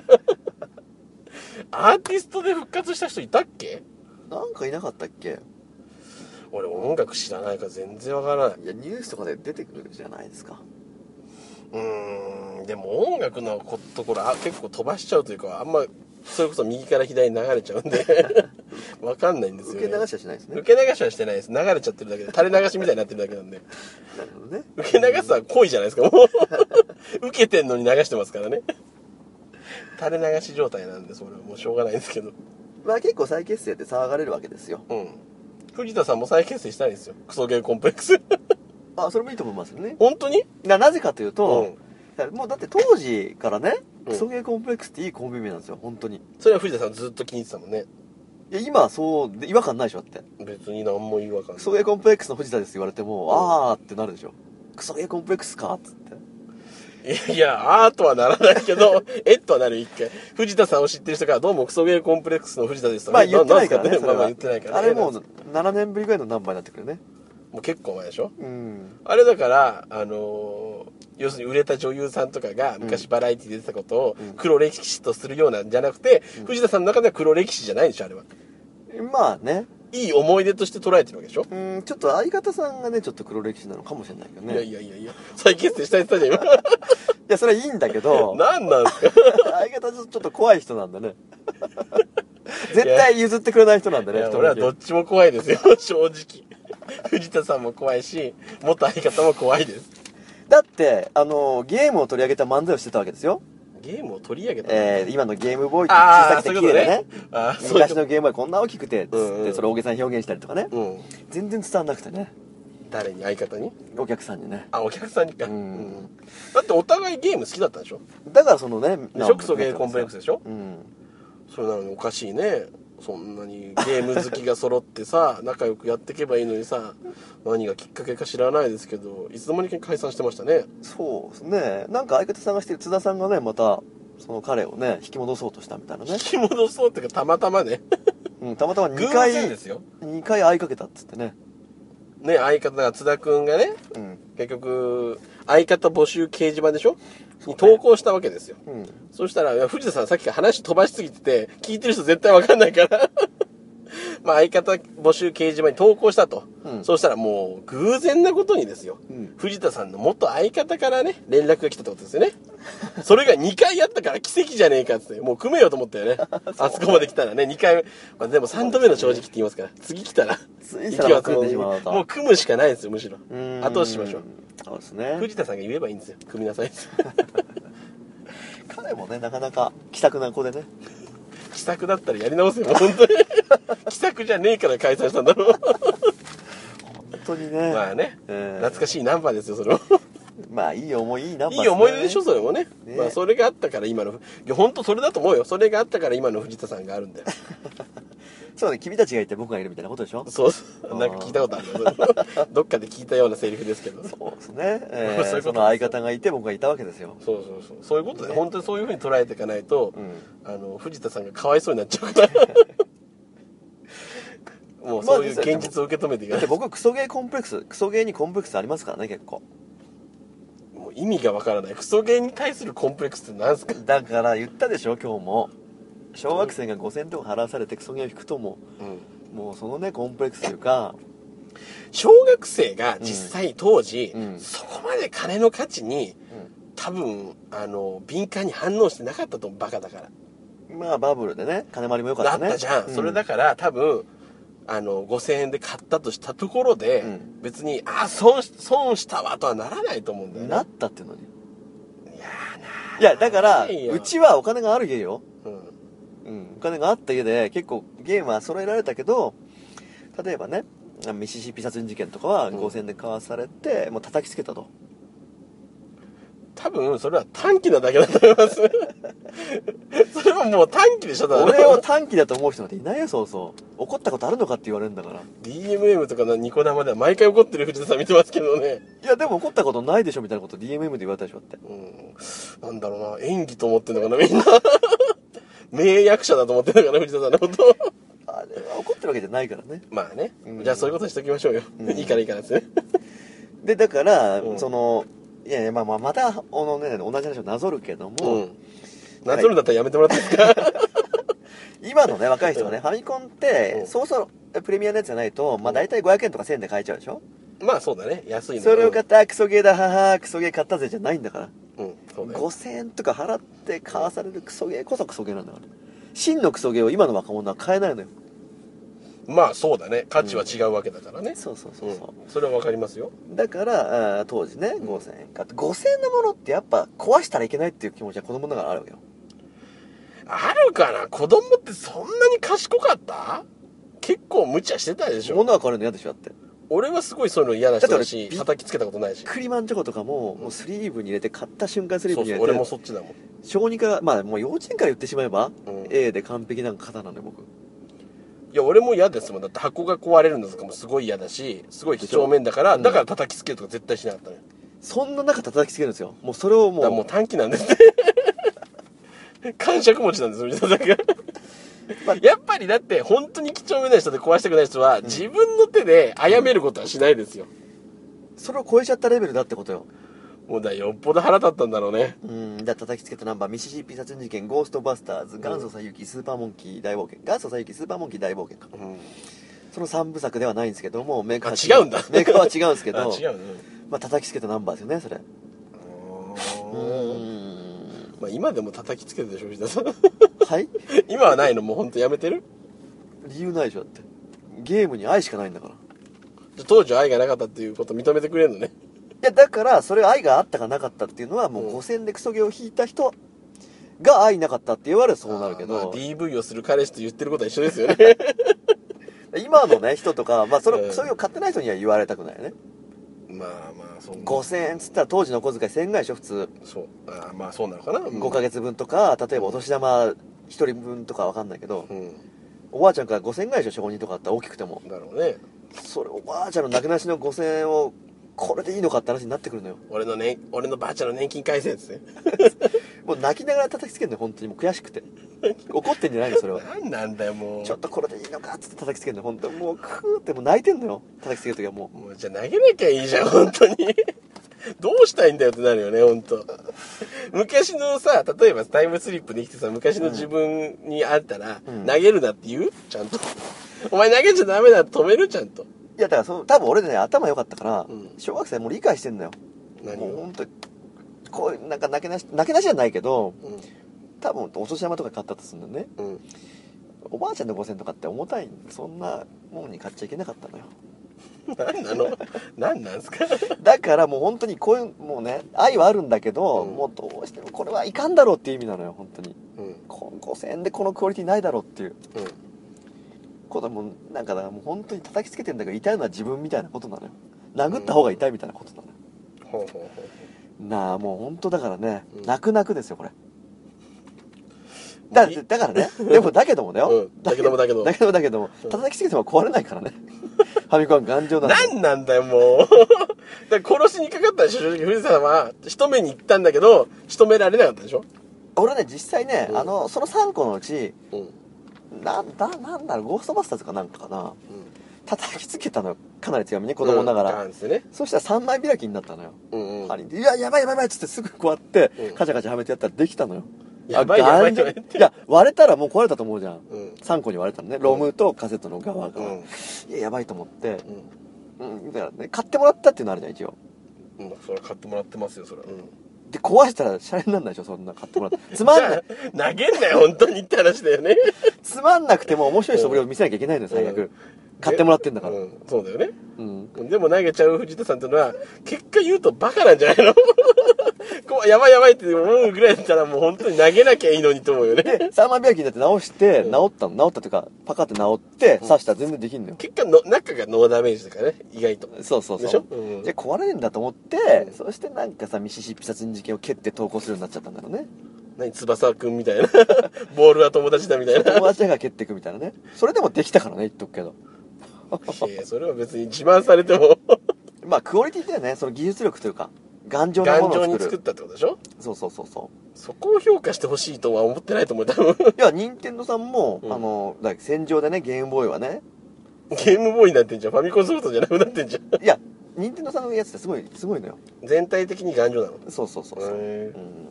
アーティストで復活した人いたっけ？ なんかいなかったっけ？ 俺音楽知らないから全然わからない。 いやニュースとかで出てくるじゃないですか。 うーんでも音楽のところあ結構飛ばしちゃうというか、あんまそれこそ右から左に流れちゃうんでわかんないんですよね。 受け流しはしないですね。 受け流しはしてないです。流れちゃってるだけで垂れ流しみたいになってるだけなんで。 なるほどね。 受け流すは恋じゃないですか、もう。受けてんのに流してますからね。垂れ流し状態なんで、それはもうしょうがないですけど。 まあ結構再結成って騒がれるわけですよ。 うん。藤田さんも再結成したいんですよ。クソゲーコンプレックス。 あ、それもいいと思いますよね。 本当に？ ななぜかというと、 うんもうだって当時からね、 うんクソゲーコンプレックスっていいコンビ名なんですよ、本当に。 それは藤田さんずっと気に入ってたもんね。 いや、今はそうで違和感ないでしょって。 別に何も違和感ない。 クソゲーコンプレックスの藤田ですって言われても、あーってなるでしょ。クソゲーコンプレックスかっつって。 いや、あーとはならないけど、えっとはなる一回。藤田さんを知ってる人から、どうもクソゲーコンプレックスの藤田ですとまあ言ってないからね、 なまあまあそれは言ってないからね。 あれもうななねんぶりぐらいのナンバーになってくるね。 もう結構前でしょ？ うん。 あれだから、あのー、要するに売れた女優さんとかが昔バラエティで出てたことを黒歴史とするようなんじゃなくて、うん、藤田さんの中では黒歴史じゃないでしょ、あれは。 まあね。 いい思い出として捉えてるわけでしょ？ うん、ちょっと相方さんがね、ちょっと黒歴史なのかもしれないけどね。 いやいやいやいや、再結成したいって言ったじゃん、今。 いや、それはいいんだけど。 何なんですか？ 相方ちょっと怖い人なんだね。絶対譲ってくれない人なんだね。人俺はどっちも怖いですよ、正直。藤田さんも怖いし、元相方も怖いです。 だって、あの、ゲームを取り上げた漫才をしてたわけですよ。 ゲームを取り上げたえー、今のゲームボーイって小さくて綺麗でね。 あー昔のゲームボーイこんな大きくて、つって、 うんうん、 それ大げさに表現したりとかね。 うん、 全然伝わんなくてね。 誰に？相方に？ お客さんにね。 あ、お客さんにか。 うん。 だってお互いゲーム好きだったでしょ？ だからそのね、 ショックソゲーコンプレックスでしょ？ うん。 それなのにおかしいね。そんなにゲーム好きが揃ってさ、仲良くやっていけばいいのにさ、何がきっかけか知らないですけど、いつの間にか解散してましたね。 そうですね。なんか相方探してる津田さんがね、また、その彼をね、引き戻そうとしたみたいなね。 引き戻そうっていうか、たまたまね。 うん、たまたまにかい、 偶然ですよ。 にかい会いかけたっつってね。 ね、相方が津田くんがね、うん、結局、相方募集掲示板でしょ？に投稿したわけですよ。うん、そしたら、いや藤田さんさっきから話飛ばしすぎてて、聞いてる人絶対わかんないから。まあ相方募集掲示板に投稿したと。うん、そうしたらもう偶然なことにですよ、うん。藤田さんの元相方からね、連絡が来たってことですよね。それがにかいあったから奇跡じゃねえかっつって、もう組めようと思ったよね。あそこまで来たらね、にかいめ。まあ、でもさんどめの正直って言いますから、次来たら、 次来たら組んでしまうと。 もう組むしかないですよ、むしろ。後押ししましょう。 そうですね。 藤田さんが言えばいいんですよ。組みなさいって。 彼もね、なかなか気さくな子でね。 気さくだったらやり直せよ、本当に。気さくじゃねえから解散したんだろう。 本当にね。 まあね、えー、懐かしいナンバーですよ、それも。 まあいい思い、いいナンバーですね。 いい思い出でしょ、それもね。ね、まあそれがあったから今の、いや本当それだと思うよ。それがあったから今の藤田さんがあるんだよ。 そうね、君たちがいて僕がいるみたいなことでしょ？ そうそう。なんか聞いたことあるよ。どっかで聞いたようなセリフですけど。 そうですね。えー、そういうことその相方がいて僕がいたわけですよ。 そうそうそう。そういうことで、ね、本当にそういうふうに捉えていかないと、うん、あの、藤田さんがかわいそうになっちゃうから。もうそういう現実を受け止めていかない。 だって僕はクソゲーコンプレックス、クソゲーにコンプレックスありますからね、結構。 もう意味がわからない。クソゲーに対するコンプレックスって何すか？ だから言ったでしょ、今日も。小学生がごせんとか払わされてクソゲーを引くともう、うん、もうそのねコンプレックスというか、 小学生が実際当時、うん、そこまで金の価値に、うん、多分あの敏感に反応してなかったと思う。バカだから。 まあバブルでね、金回りも良かったね。 だったじゃん、うん、それだから多分あのごせんえんで買ったとしたところで、うん、別にあ損損したわとはならないと思うんだよね。 なったっていうのに。 いやーないやだからうちはお金がある家よ。うんうん、お金があった家で結構ゲームは揃えられたけど、例えばねミシシッピ殺人事件とかはごせんえんで買わされて、うん、もう叩きつけたと。 多分それは短期なだけだと思います。それはもう短期でしょ。 俺を短期だと思う人なんていないよ。そうそう怒ったことあるのかって言われるんだから。 ディーエムエム とかニコ生では毎回怒ってる藤田さん見てますけどね。 いやでも怒ったことないでしょみたいなこと ディーエムエム で言われたでしょって。 うんなんだろうな、演技と思ってんのかなみんな。名役者だと思ってんのかな藤田さんのこと。 あれは怒ってるわけじゃないからね。 まあね、うん、じゃあそういうことにしときましょうよ、うん、いいからいいからですね。 でだから、うん、そのいやいやまあまあまたあの、ね、同じ話をなぞるけども、うん、 なぞるんだったらやめてもらっていいですか。 今のね若い人はね、うん、ファミコンって、うん、そうそうプレミアのやつじゃないと、まあ大体ごひゃくえんとかせんえんで買えちゃうでしょ。 まあそうだね、安いの。 それを買ったクソゲーだ、ははクソゲー買ったぜじゃないんだから。 うん、そうだよ。 ごせんえんとか払って買わされるクソゲーこそクソゲーなんだから。真のクソゲーを今の若者は買えないのよ。 まあそうだね、価値は違うわけだからね。 そうそうそうそう、 うん、それはわかりますよ。 だからあ当時ねごせんえん買って、ごせんえんのものってやっぱ壊したらいけないっていう気持ちは子供ながらあるわけよ。 あるかな。子供ってそんなに賢かった？結構無茶してたでしょ。 物が変わるの嫌でしょだって。 俺はすごいそういうの嫌な人だだし、 って俺叩きつけたことないし。 クリマンチョコとかも、もうスリーブに入れて買った瞬間スリーブに入れて、 そうそう、俺もそっちだもん。 小児科、まあもう幼稚園から言ってしまえば、 うん、 A で完璧な方なんで僕。 いや俺も嫌ですもん。だって箱が壊れるのとかもすごい嫌だし、すごい几帳面だから、だから叩きつけるとか絶対しなかったね。 そんな中叩きつけるんですよ。もうそれをもう。 だからもう短期なんですね。感触持ちなんですよ、藤田さんが。まあ、やっぱりだって本当に几帳面な人で壊したくない人は、うん、自分の手で殺めることはしないですよ、 うん、それを超えちゃったレベルだってことよ。 もうだよっぽど腹立ったんだろうね。 うん。だ叩きつけたナンバーミシシッピ殺人事件ゴーストバスターズ元祖西遊記スーパーモンキー大冒険元祖西遊記スーパーモンキー大冒険か、うん、そのさんぶさくではないんですけどもメーカーは違うんだメーカーは違うんですけどあ違うね。 まあ叩きつけたナンバーですよねそれ。 うん。まあ今でも叩きつけるでしょ藤田さん。 はい今はないの？もう本当やめてる？ 理由ないでしょだって。ゲームに愛しかないんだから。 当時は愛がなかったっていうこと認めてくれるのね。 いやだからそれ愛があったかなかったっていうのはもうごせんでクソゲーを引いた人が愛なかったって言われるそうなるけど、 まあ、ディーブイ をする彼氏と言ってることは一緒ですよね。 今のね人とか、まあそれクソゲーを買ってない人には言われたくないよね。 まあまあそう。 ごせんえんっつったら当時の小遣いせんえんぐらいでしょ普通。 そう。あまあそうなのかな、うん、 ごかげつぶんとか例えばお年玉ひとりぶんとかわかんないけど、うん、おばあちゃんからごせんえんぐらいでしょ承認とかあったら大きくても。 だろうね。 それおばあちゃんのなくなしのごせんえんをこれでいいのかって話になってくるのよ。 俺のね、俺のばあちゃんの年金返せっつってもう泣きながら叩きつけるのよ本当に。もう悔しくて怒ってんじゃないのそれは。 何なんだよもう。 ちょっとこれでいいのかっつって叩きつけるのよ本当に。もうクーってもう泣いてんのよ叩きつける時はもう。 もうじゃあ投げなきゃいいじゃん本当に。どうしたいんだよってなるよね本当。昔のさ、例えばタイムスリップできてさ、昔の自分にあったら、うん、投げるなって言う？ちゃんとお前投げちゃダメだって止めるちゃんと。 いやだからその多分俺でね頭良かったから、うん、小学生もう理解してんのよ。 何もう本当にこうなんか泣けなし泣けなしじゃないけど、うん、多分お年玉とか買ったとするんだよね、うん、おばあちゃんのごせんとかって重たいんでそんなもんに買っちゃいけなかったのよ。 何なの何なんすか。 だからもう本当にこういうもうね愛はあるんだけど、うん、もうどうしてもこれはいかんだろうっていう意味なのよ本当に、うん、こごせんえんでこのクオリティないだろうっていう、うん、こともなんかだからもう本当に叩きつけてんだけど痛いのは自分みたいなことなのよ。殴った方が痛いみたいなことなのよ、うん、ほうほうほうなあもう本当だからね、うん、泣く泣くですよこれ。だ, だからねでもだけどもだよ、 うん、だけどもだけどだけどもだけども叩きつけても壊れないからね。ファミコン頑丈なんだ。 何なんだよもう。だから殺しにかかったでしょ正直。藤田さんは仕留めに行ったんだけど仕留められなかったでしょ。 俺ね実際ね、うん、あのそのさんこのうち、 うん、 なんだなんだろうゴーストバスターズかなんかかな、うん、叩きつけたのよかなり強めに子供ながら、うんね、そしたらさんまい開きになったのよ、うんうん、針でいややばいやばいやばいっつってすぐこうやって、うん、カチャカチャはめてやったらできたのよ。 やばいやばいやばい。 いや割れたらもう壊れたと思うじゃん、うん、さんこに割れたのね、ロムとカセットの側が、うん、いややばいと思って、うんうん、だからね買ってもらったっていうのあるじゃん一応。 うん、それは買ってもらってますよそれは、うん、 で壊したらシャレになんないでしょそんな買ってもらってつまんない投げんなよ本当にって話だよね。 つまんなくても面白い素振りを見せなきゃいけないのよ最悪、うん、買ってもらってんだから、 うん、そうだよね、うん、でも投げちゃう藤田さんっていうのは結果言うとバカなんじゃないの。こうやばいやばいって思うぐらいだったらもう本当に投げなきゃいいのにと思うよね。 でさんまい開きになって直して、うん、治ったの治ったというかパカって治って刺したら全然できんのよ。 結果の中がノーダメージだからね意外と。 そうそうそうでしょ、うん、 で壊れねえんだと思って、うん、そしてなんかさミシシッピ殺人事件を蹴って投稿するようになっちゃったんだろうね。 何翼くんみたいな。ボールは友達だみたいな。 友達が蹴っていくみたいなね。それでもできたからね言っとくけど。 いやそれは別に自慢されても。 まあクオリティだよねその技術力というか頑丈なものを作る。 頑丈に作ったってことでしょ。 そうそうそうそう。 そこを評価してほしいとは思ってないと思う多分。 いや任天堂さんも、うん、あのだ戦場でねゲームボーイはね。 ゲームボーイになってんじゃん。ファミコンソフトじゃなくなってんじゃん。 いや任天堂さんのやつってすごいすごいのよ。 全体的に頑丈なの。 そうそうそうそう。うん、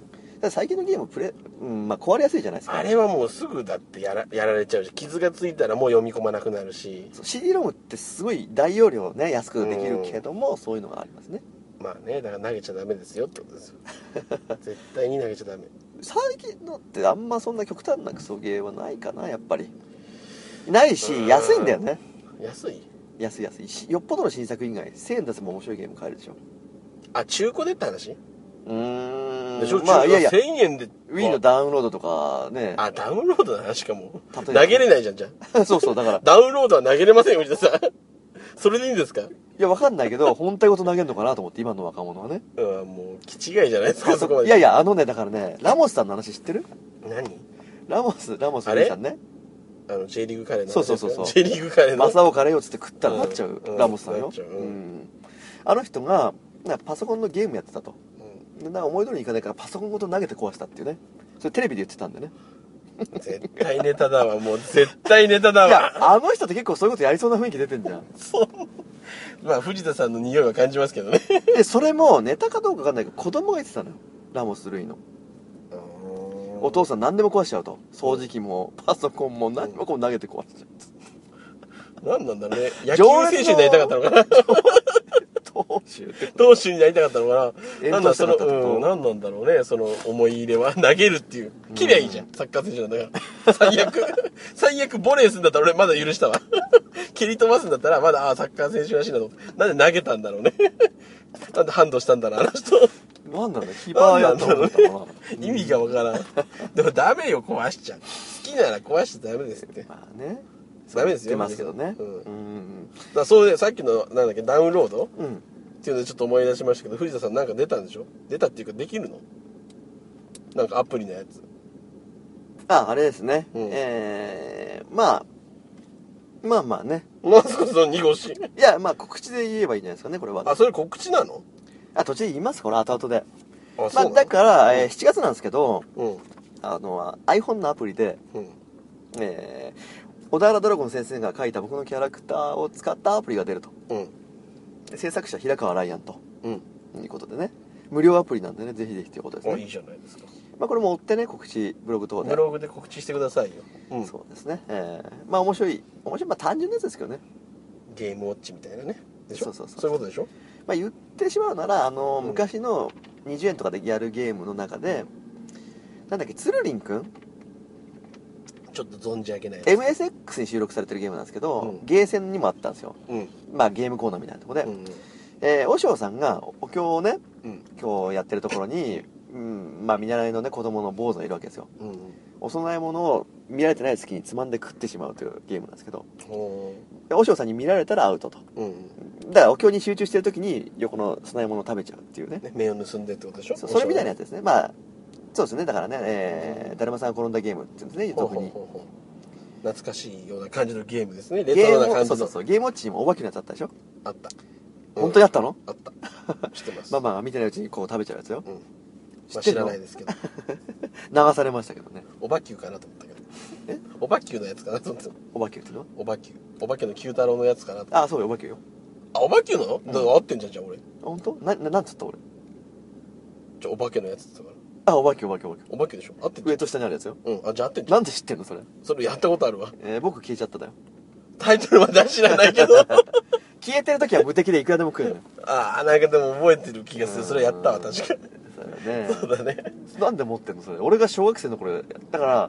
ら最近のゲームプレ、うんまあ、壊れやすいじゃないですか。 あれはもうすぐだってやらやられちゃうし、傷がついたらもう読み込まなくなるし。 シーディー ロムってすごい大容量ね安くできるけども、そういうのがありますね。 まあね、だから投げちゃダメですよってことですよ絶対に投げちゃダメ。 最近のってあんまそんな極端なクソゲーはないかなやっぱり。ないし安いんだよね。 安い安い安いしよっぽどの新作以外せんえん出せば面白いゲーム買えるでしょ。 あ、中古でって話うーんでしょ。 まあいやいやせんえんで Wii のダウンロードとかね。 あ、ダウンロードの話かも。 例え投ばげれないじゃん、じゃあ。 そうそうだからダウンロードは投げれませんよ、藤田さん。それでいいんですか？ いやわかんないけど本体ごと投げるのかなと思って今の若者はね。 うん、もう気違いじゃないですか、そこまで。 いやいやあのねだからねラモスさんの話知ってる？ 何？ ラモスラモス兄さんね。 あの J リーグカレーの話そうそうそうそう J リーグカレーのマサオカレーをつって食ったらなっちゃう、 うんラモスさんよ、 なっちゃううんうんあの人がなんかパソコンのゲームやってたと、でなんか思い通りにいかないからパソコンごと投げて壊したっていうね。それテレビで言ってたんでね。 絶対ネタだわ、もう絶対ネタだいやわ。 あの人って結構そういうことやりそうな雰囲気出てんじゃん。 そう。まあ藤田さんの匂いは感じますけどね。 でそれもネタかどうかわかんないけど子供が言ってたのよ。ラモス・ルイのお父さん何でも壊しちゃうと。掃除機もパソコンも何もこう投げて壊しちゃう。 何なんだろうね。野球選手になりたかったのかな。 投手って投手になりたかったのかな。なんだその、 炎上したかったってことうん、何なんだろうね、その思い入れは。投げるっていう。切りゃいいじゃん、サッカー選手なんだから。最悪、最悪ボレーするんだったら俺まだ許したわ。蹴り飛ばすんだったらまだ、ああ、サッカー選手らしいなと思って。なんで投げたんだろうね。なんでハンドしたんだろう、あの人。 なんなんだキーパーやったのかな。 意味がわからん。でもダメよ、壊しちゃう。好きなら壊しちゃダメですって。 まあねダメですよ。 言ってますけどね。 うん。だかうんらそうで、さっきの、なんだっけ、ダウンロードうんうんっていうのでちょっと思い出しましたけど、藤田さんなんか出たんでしょ？出たっていうかできるの？なんかアプリのやつ。 ああれですね、 うんえー、まあまあまあね。 なんすかその濁し。 いやまあ告知で言えばいいんじゃないですかねこれは。 あ、それ告知なの？ あ途中で言いますこれ後々で。 あ、 まあそうなの？ だから、えー、しちがつなんですけどうん。 あの iPhone のアプリで、 うん。 えー、小田原ドラゴン先生が書いた僕のキャラクターを使ったアプリが出ると。 うん。 制作者平川ライアンとうん。 いうことでね無料アプリなんでねぜひぜひということですあ、いね。 いじゃないですか。 まあこれも追ってね告知ブログ等でブログで告知してくださいよ。うん。 そうですね、えー、まあ面白い面白いまあ単純なやつですけどね。 ゲームウォッチみたいなね。でしょ？ そうそうそうそういうことでしょ？ まあ言ってしまうならあの、 うん昔のにじゅうえんとかでやるゲームの中でなんだっけつるりんくんちょっと存じ上げない。 エムエスエックス に収録されてるゲームなんですけど、 うんゲーセンにもあったんですよ。 うん。 まあゲームコーナーみたいなところで、 うん。 えー、和尚さんがお経をねうん。 今日やってるところに、うん、まあ見習いのね子供の坊主がいるわけですよ。 うん。 お供え物を見られてない隙につまんで食ってしまうというゲームなんですけど、 ほで和尚さんに見られたらアウトと。 う。うん。 だからお経に集中してる時に横の供え物を食べちゃうっていうね。 ね、目を盗んでってことでしょ？ そそれみたいなやつですね。まあそうですね。だからね、えー、だるまさんが転んだゲームっていうんですね、 ほう俗に。 ほうほうほう。懐かしいような感じのゲームですね。レゲームトロな感じの。 そうそうそうゲームウォッチにもお化けのやつあったでしょ。 あった。 本当にあったの？ あった。知ってます。 ママが見てないうちにこう食べちゃうやつよ。 うん。まあ、知知ってんのらないですけど。 流されましたけどね。 おばきゅうかなと思ったけど。 えおばきゅうのやつかなと思ってた。 お化けっていうのは？ おばきゅう。おばけの九太郎のやつかなと思って。 あ、そうよ、お化けよ。 あ、おばきゅうなの？だから合ってんじゃん、じゃあ俺。 あ、本当？な、な、なんつった俺。 じゃあおばけのやつって言ったから。 あ、お化けお化けお化け。 おばけでしょ？合ってんじゃ上と下にあるやつよ。 ん。うん。あ、じゃあ合ってんじゃん。 なんで知ってんのそれ。 それやったことあるわ。 えー、僕消えちゃっただよ。 タイトルまでは知らないけど。 消えてる時は無敵でいくらでも食えるのよ。 ああ、なんかでも覚えてる気がする。それやったわ、確かに。 そうだよね。 そうだね。 なんで持ってんのそれ。俺が小学生の頃だから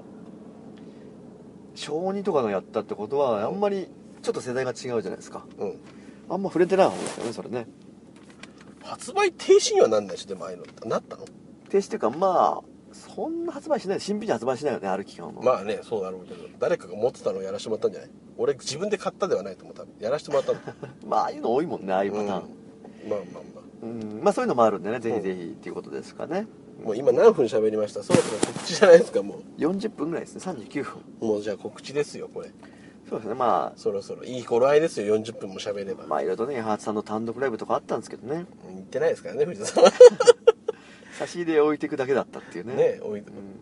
小にとかのやったってことはあんまりちょっと世代が違うじゃないですか。 うん。 あんま触れてない方ですよねそれね。 発売停止にはなんないし、でもああいうのってなったの？ 停止っていうかまあそんな発売しない新品じゃ発売しないよねある期間も。 まあね、そうだろうけど、誰かが持ってたのをやらせてもらったんじゃない？俺自分で買ったではないと思う。多分やらせてもらったの。 まあああいうの多いもんねああいうパターン。 まあまあまあ。 うん、まあそういうのもあるんでねぜひぜひっていうことですかね。 もう今何分喋りました？そろそろ告知じゃないですか、もよんじゅっぷんぐらいですねさんじゅうきゅうふん。 う。もうじゃあ告知ですよ、これ。 そうですねまそろそろ。いい頃合いですよ、よんじゅっぷんも喋れば。 あまあいろいろとね八幡さんの単独ライブとかあったんですけどね言ってないですからね、藤田さんは。 差し入れ置いていくだけだったっていうね。 ね置いて、 うん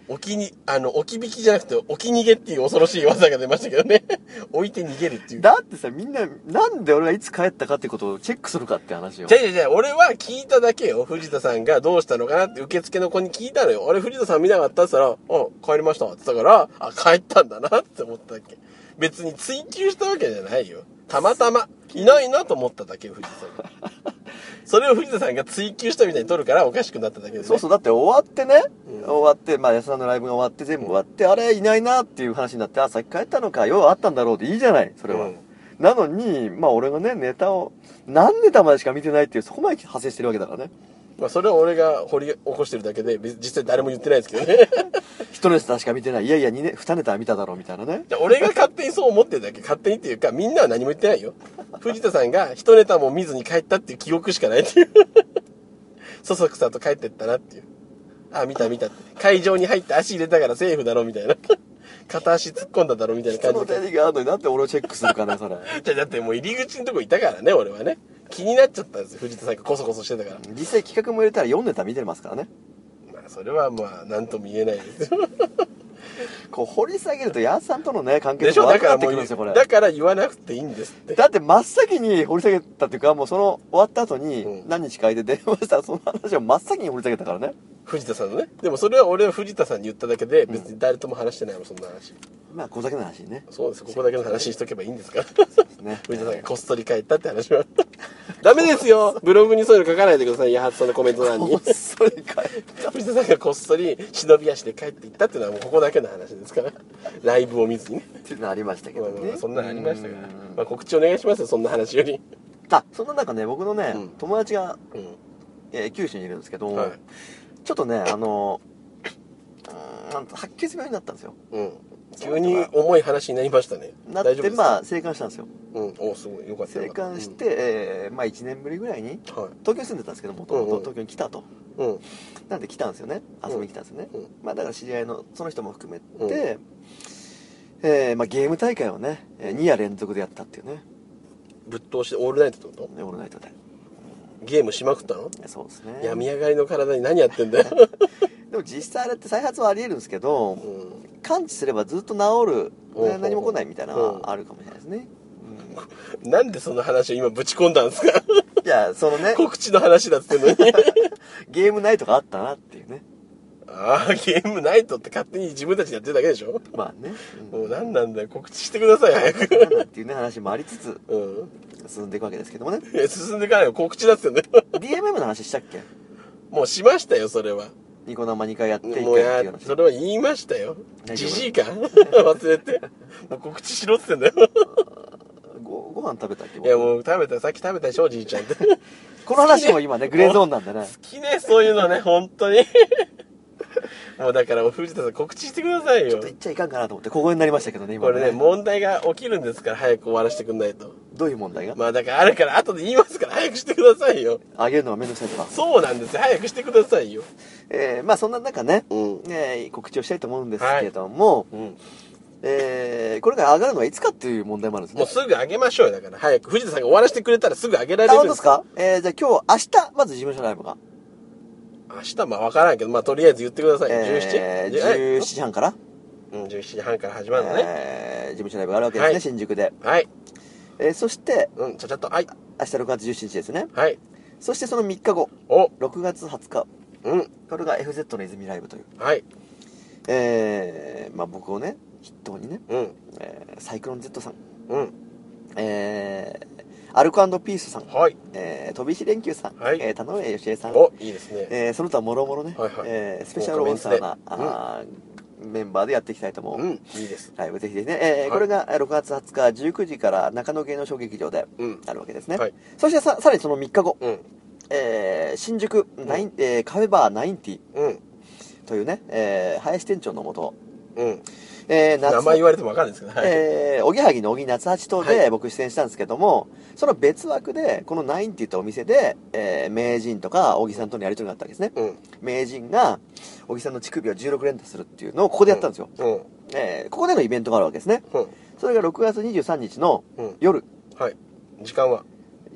置きに、あの、置き引きじゃなくて、置き逃げっていう恐ろしい技が出ましたけどね。置いて逃げるっていう。 だってさ、みんな、なんで俺がいつ帰ったかってことをチェックするかって話よ。 じゃじゃじゃ俺は聞いただけよ。藤田さんがどうしたのかなって受付の子に聞いたのよ。俺藤田さん見なかったって言ったら、あ、帰りましたって言ったから、あ、帰ったんだなって思っただけ。別に追求したわけじゃないよ。たまたま、いないなと思っただけよ、藤田さんが。それを藤田さんが追求したみたいに撮るからおかしくなっただけでね。 そうそう、だって終わってね、 うん終わって、まあ安田のライブが終わって全部終わって、あれいないなっていう話になって、あ、さっき帰ったのか、ようあったんだろうでいいじゃない、それは。 うんなのに、まあ俺がね、ネタを、何ネタまでしか見てないっていう、そこまで派生してるわけだからね。 まあそれは俺が掘り起こしてるだけで、別実際誰も言ってないですけどね。 一ネタしか見てない。いやいや、二ネ、二ネタは見ただろうみたいなね。 じゃあ俺が勝手にそう思ってるだけ、勝手にっていうか、みんなは何も言ってないよ。藤田さんが一ネタも見ずに帰ったっていう記憶しかないっていう。そそくさと帰ってったなっていう。あ、見た見たって。会場に入って足入れたからセーフだろみたいな。片足突っ込んだだろみたいなその感じで。 手があるのになんで俺をチェックするかな、それ。 じゃあだってもう入り口のとこいたからね、俺はね。気になっちゃったんですよ、藤田さんがコソコソしてたから。 実際企画も入れたらよんネタ見てますからね。 まあそれはまあ、なんとも言えないですよ。 こう掘り下げるとヤンさんとのね、関係でしょが悪くなだからもうってくるんですよ、これ。 だから言わなくていいんですって。 だって真っ先に掘り下げたっていうか、もうその終わった後にうん何日か空いて電話したらその話を真っ先に掘り下げたからね。 藤田さんのね。でもそれは俺は藤田さんに言っただけで、別に誰とも話してないもん、そんな話。 まあ、ここだけの話にね。 そうです。ここだけの話にしとけばいいんですから。 ね。 藤田さんがこっそり帰ったって話は。ダメですよ。ブログにそういうの書かないでください。八幡さんのコメント欄にこ。っそり帰った。 藤田さんがこっそり忍び足で帰っていったっていうのはもうここだけの話ですから。ライブを見ずにね。 っていうのありましたけまどね。 あまあそんなのありましたからうん。 まあ告知お願いしますよ。そんな話より。 あ、そんな中ね、僕のね、 うん友達が、 うん。 えー九州にいるんですけど、 はいちょっとね、あの、うーんなんと白血病になったんですよ。 うん。急に重い話になりましたね。 なって、 大丈夫ですかまあ、生還したんですよ。 うん。おすごい。よかった。 生還して、えーまあいちねんぶりぐらいに、 うん。はい。 東京に住んでたんですけどもともうんうんと東京に来たと。 うん。 なんで来たんですよね。遊びに来たんですよね。 うんまあだから知り合いの、その人も含めうんて、えーまあゲーム大会をね、えーに夜連続でやったっていうね。 ぶっ通してオールナイトってこと？ ねオールナイトで。 ゲームしまくったの？ そうですね。 病み上がりの体に何やってんだよ。 でも実際あれって再発はあり得るんですけど、 うん。 完治すればずっと治る、 うんね何も来ないみたいなのはあるかもしれないですね。 なんでその話を今ぶち込んだんですか？ いや、そのね、 告知の話だっつってんのに。 ゲームナイトがあったなっていうね。 ああ、ゲームナイトって勝手に自分たちでやってるだけでしょ？ まあね。うんもう何なんだよ。告知してください、早く。 なんだっていうね話もありつつうん。 進んでいくわけですけどもね。 いや進んでいかないよ。告知だっつってんだよ。 ディーエムエム の話したっけ？ もうしましたよ、それは。 ニコ生にかいやっていくってもうやいう話。 それは言いましたよ。 大丈夫じじいか忘れて。もう告知しろっつってんだよ。 ごご飯食べたっけ？ いやもう食べた、さっき食べたでしょ、じいちゃんって。 この話も今ね、グレーゾーンなんでね。 好きね、そういうのね、本当に。もうだから、藤田さん告知してくださいよちょっと。言っちゃいかんかなと思って、ここになりましたけどね、今これね、問題が起きるんですから、早く終わらせてくんないと。 どういう問題が？ まあだからあるから、後で言いますから、早くしてくださいよ。 あげるのがめんどくさいとか。 そうなんですよ、早くしてくださいよ。 えー、まあそんな中ね、 うん。 えー告知をしたいと思うんですけども、 うん。 えー、これが上がるのはいつかっていう問題もあるんですね。 もうすぐ上げましょうよ、だから。早く。藤田さんが終わらせてくれたらすぐ上げらあ、 れるん本当ですか？えー、じゃあ今日、明日、まず事務所ライブが。 明日まあ分からんけど、まあとりあえず言ってください。 えー、 じゅうななじゅうしちじはんから、 うん、じゅうしちじはんから始まるのね。 えー、事務所ライブがあるわけですね、 はい新宿で。 はい。 えー、そして、 うん、ちゃちゃっと。はい。 明日ろくがつじゅうしちにちですね。 はい。 そしてそのみっかご、 お、 ろくがつはつか、 うん。 これが エフゼット の泉ライブという。 はい。 えー、まあ僕をね、筆頭にね、 うん。 えー、サイクロン Z さん、 うん。 えー、アルコ&ピースさん、 はい。 えー、飛び石連休さん、 はいえー、田上義恵さん、 お、いいですね。 えー、その他もろもろね、 はいはいえー、スペシャルオールスターな、 豪華メンツであーメンバーでやっていきたいと思う。 うん、いいです。 ライブぜひぜひね、えーはいこれがろくがつはつかじゅうくじから中野芸能小劇場でうん。 あるわけですね。 はい。 そしてささらにそのみっかご、 うん。 えー新宿、ナインえーカフェバーナインティうん。 というね、えー林店長のもと、 うん。 えー夏名前言われても分かんないですけど、はい。 えー、おぎやはぎのおぎ夏八島はいで僕出演したんですけども、その別枠で、このナインティってお店で、えー、名人とか、小木さんとのやりとりがあったわけですね。 うん。 名人が、小木さんの乳首をじゅうろく連打するっていうのをここでやったんですよ。 うん。 えー、ここでのイベントがあるわけですね。 うん。 それがろくがつにじゅうさんにちのうん。 夜、 はい。時間は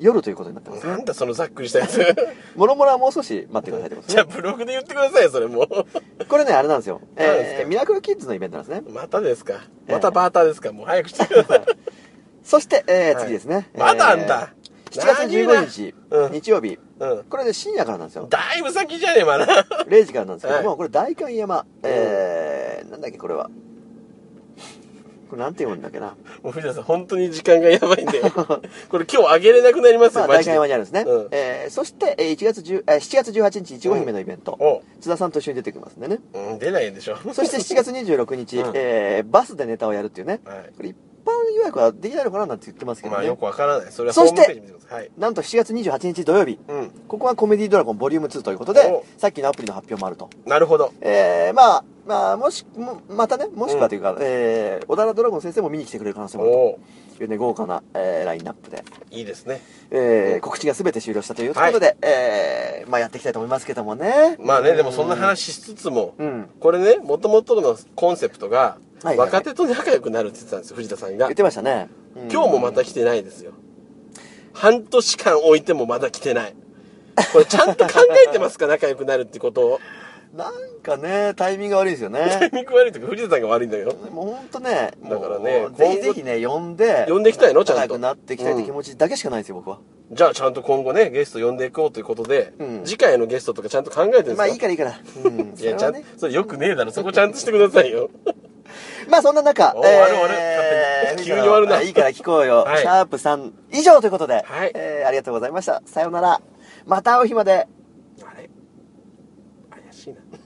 夜ということになってますね。 なんだそのざっくりしたやつ。 もろもろはもう少し待ってくださいってことですね。 じゃあブログで言ってくださいよ、それもう。 これね、あれなんですよ。 何ですかえー、ミラクルキッズのイベントなんですね。 またですか。またバーターですか。もう早くしてください。 そして、えー、 はい次ですね。 まだあんだ。 しちがつじゅうごにち、 うん日曜日。 うん。 これで深夜からなんですよ。 だいぶ先じゃねえ、まだ。 れいじからなんですけども、 はいこれ代官山、えー、なんだっけこれは。これなんて読むんだっけな。 もう藤田さん、本当に時間がやばいんで。これ今日あげれなくなりますよ、 まあ、代マジで。 官山にあるんですね。 うんえー、そして、えー、いちがつじゅう、えー、しちがつじゅうはちにち、いちご姫のイベント。 お津田さんと一緒に出てきますんでね。 うん、出ないんでしょ。 そしてしちがつにじゅうろくにち、 うんえー、バスでネタをやるっていうね。 はい。 これ一般予約はできないのかななんて言ってますけどね。 まあよくわからない。それはそしてホームページ見てください。はい。 なんとしちがつにじゅうはちにち土曜日。 うん。 ここはコメディドラゴンボリュームツーということでお、 さっきのアプリの発表もあると。 なるほど。 えー、まあ、まあ、もし、もまたね、もしくはというか、えー、小田原ドラゴン先生も見に来てくれる可能性もあるおというね、豪華な、えー、ラインナップで、 いいですね。 えー、告知が全て終了したということで、えー、まあやっていきたいと思いますけどもね。 まあね、でもそんな話しつつも、 うん。 これね、もともとのコンセプトが、 はいはいはい若手と仲良くなるって言ってたんですよ、藤田さんが言っ。てましたね。うん今日もまた来てないですよ。半年間置いてもまだ来てない。これちゃんと考えてますか、仲良くなるってことを。 なんかね、タイミングが悪いですよタイね。 ミング悪いとか藤田さんが悪いんだけど。 もうほんとね、 だからねもうぜひぜひね、呼んで、 呼んでいきたいのちゃんと仲良くなっていきたいって気持ちだけしかないですよ、僕は。 じゃあちゃんと今後ね、ゲスト呼んでいこうということで、 うん次回のゲストとかちゃんと考えてるんですか。 まあいいからいいから。うん。 いや、ちゃんとね、 それよくねえだろ。そこちゃんとしてくださいよ。 まあそんな中、 お終わる終わるえー急に終わるなあいいから聞こうよ。 はいシャープさん以上ということで、 はいえーありがとうございました。さようなら。また会う日まで。 あれ怪しいな。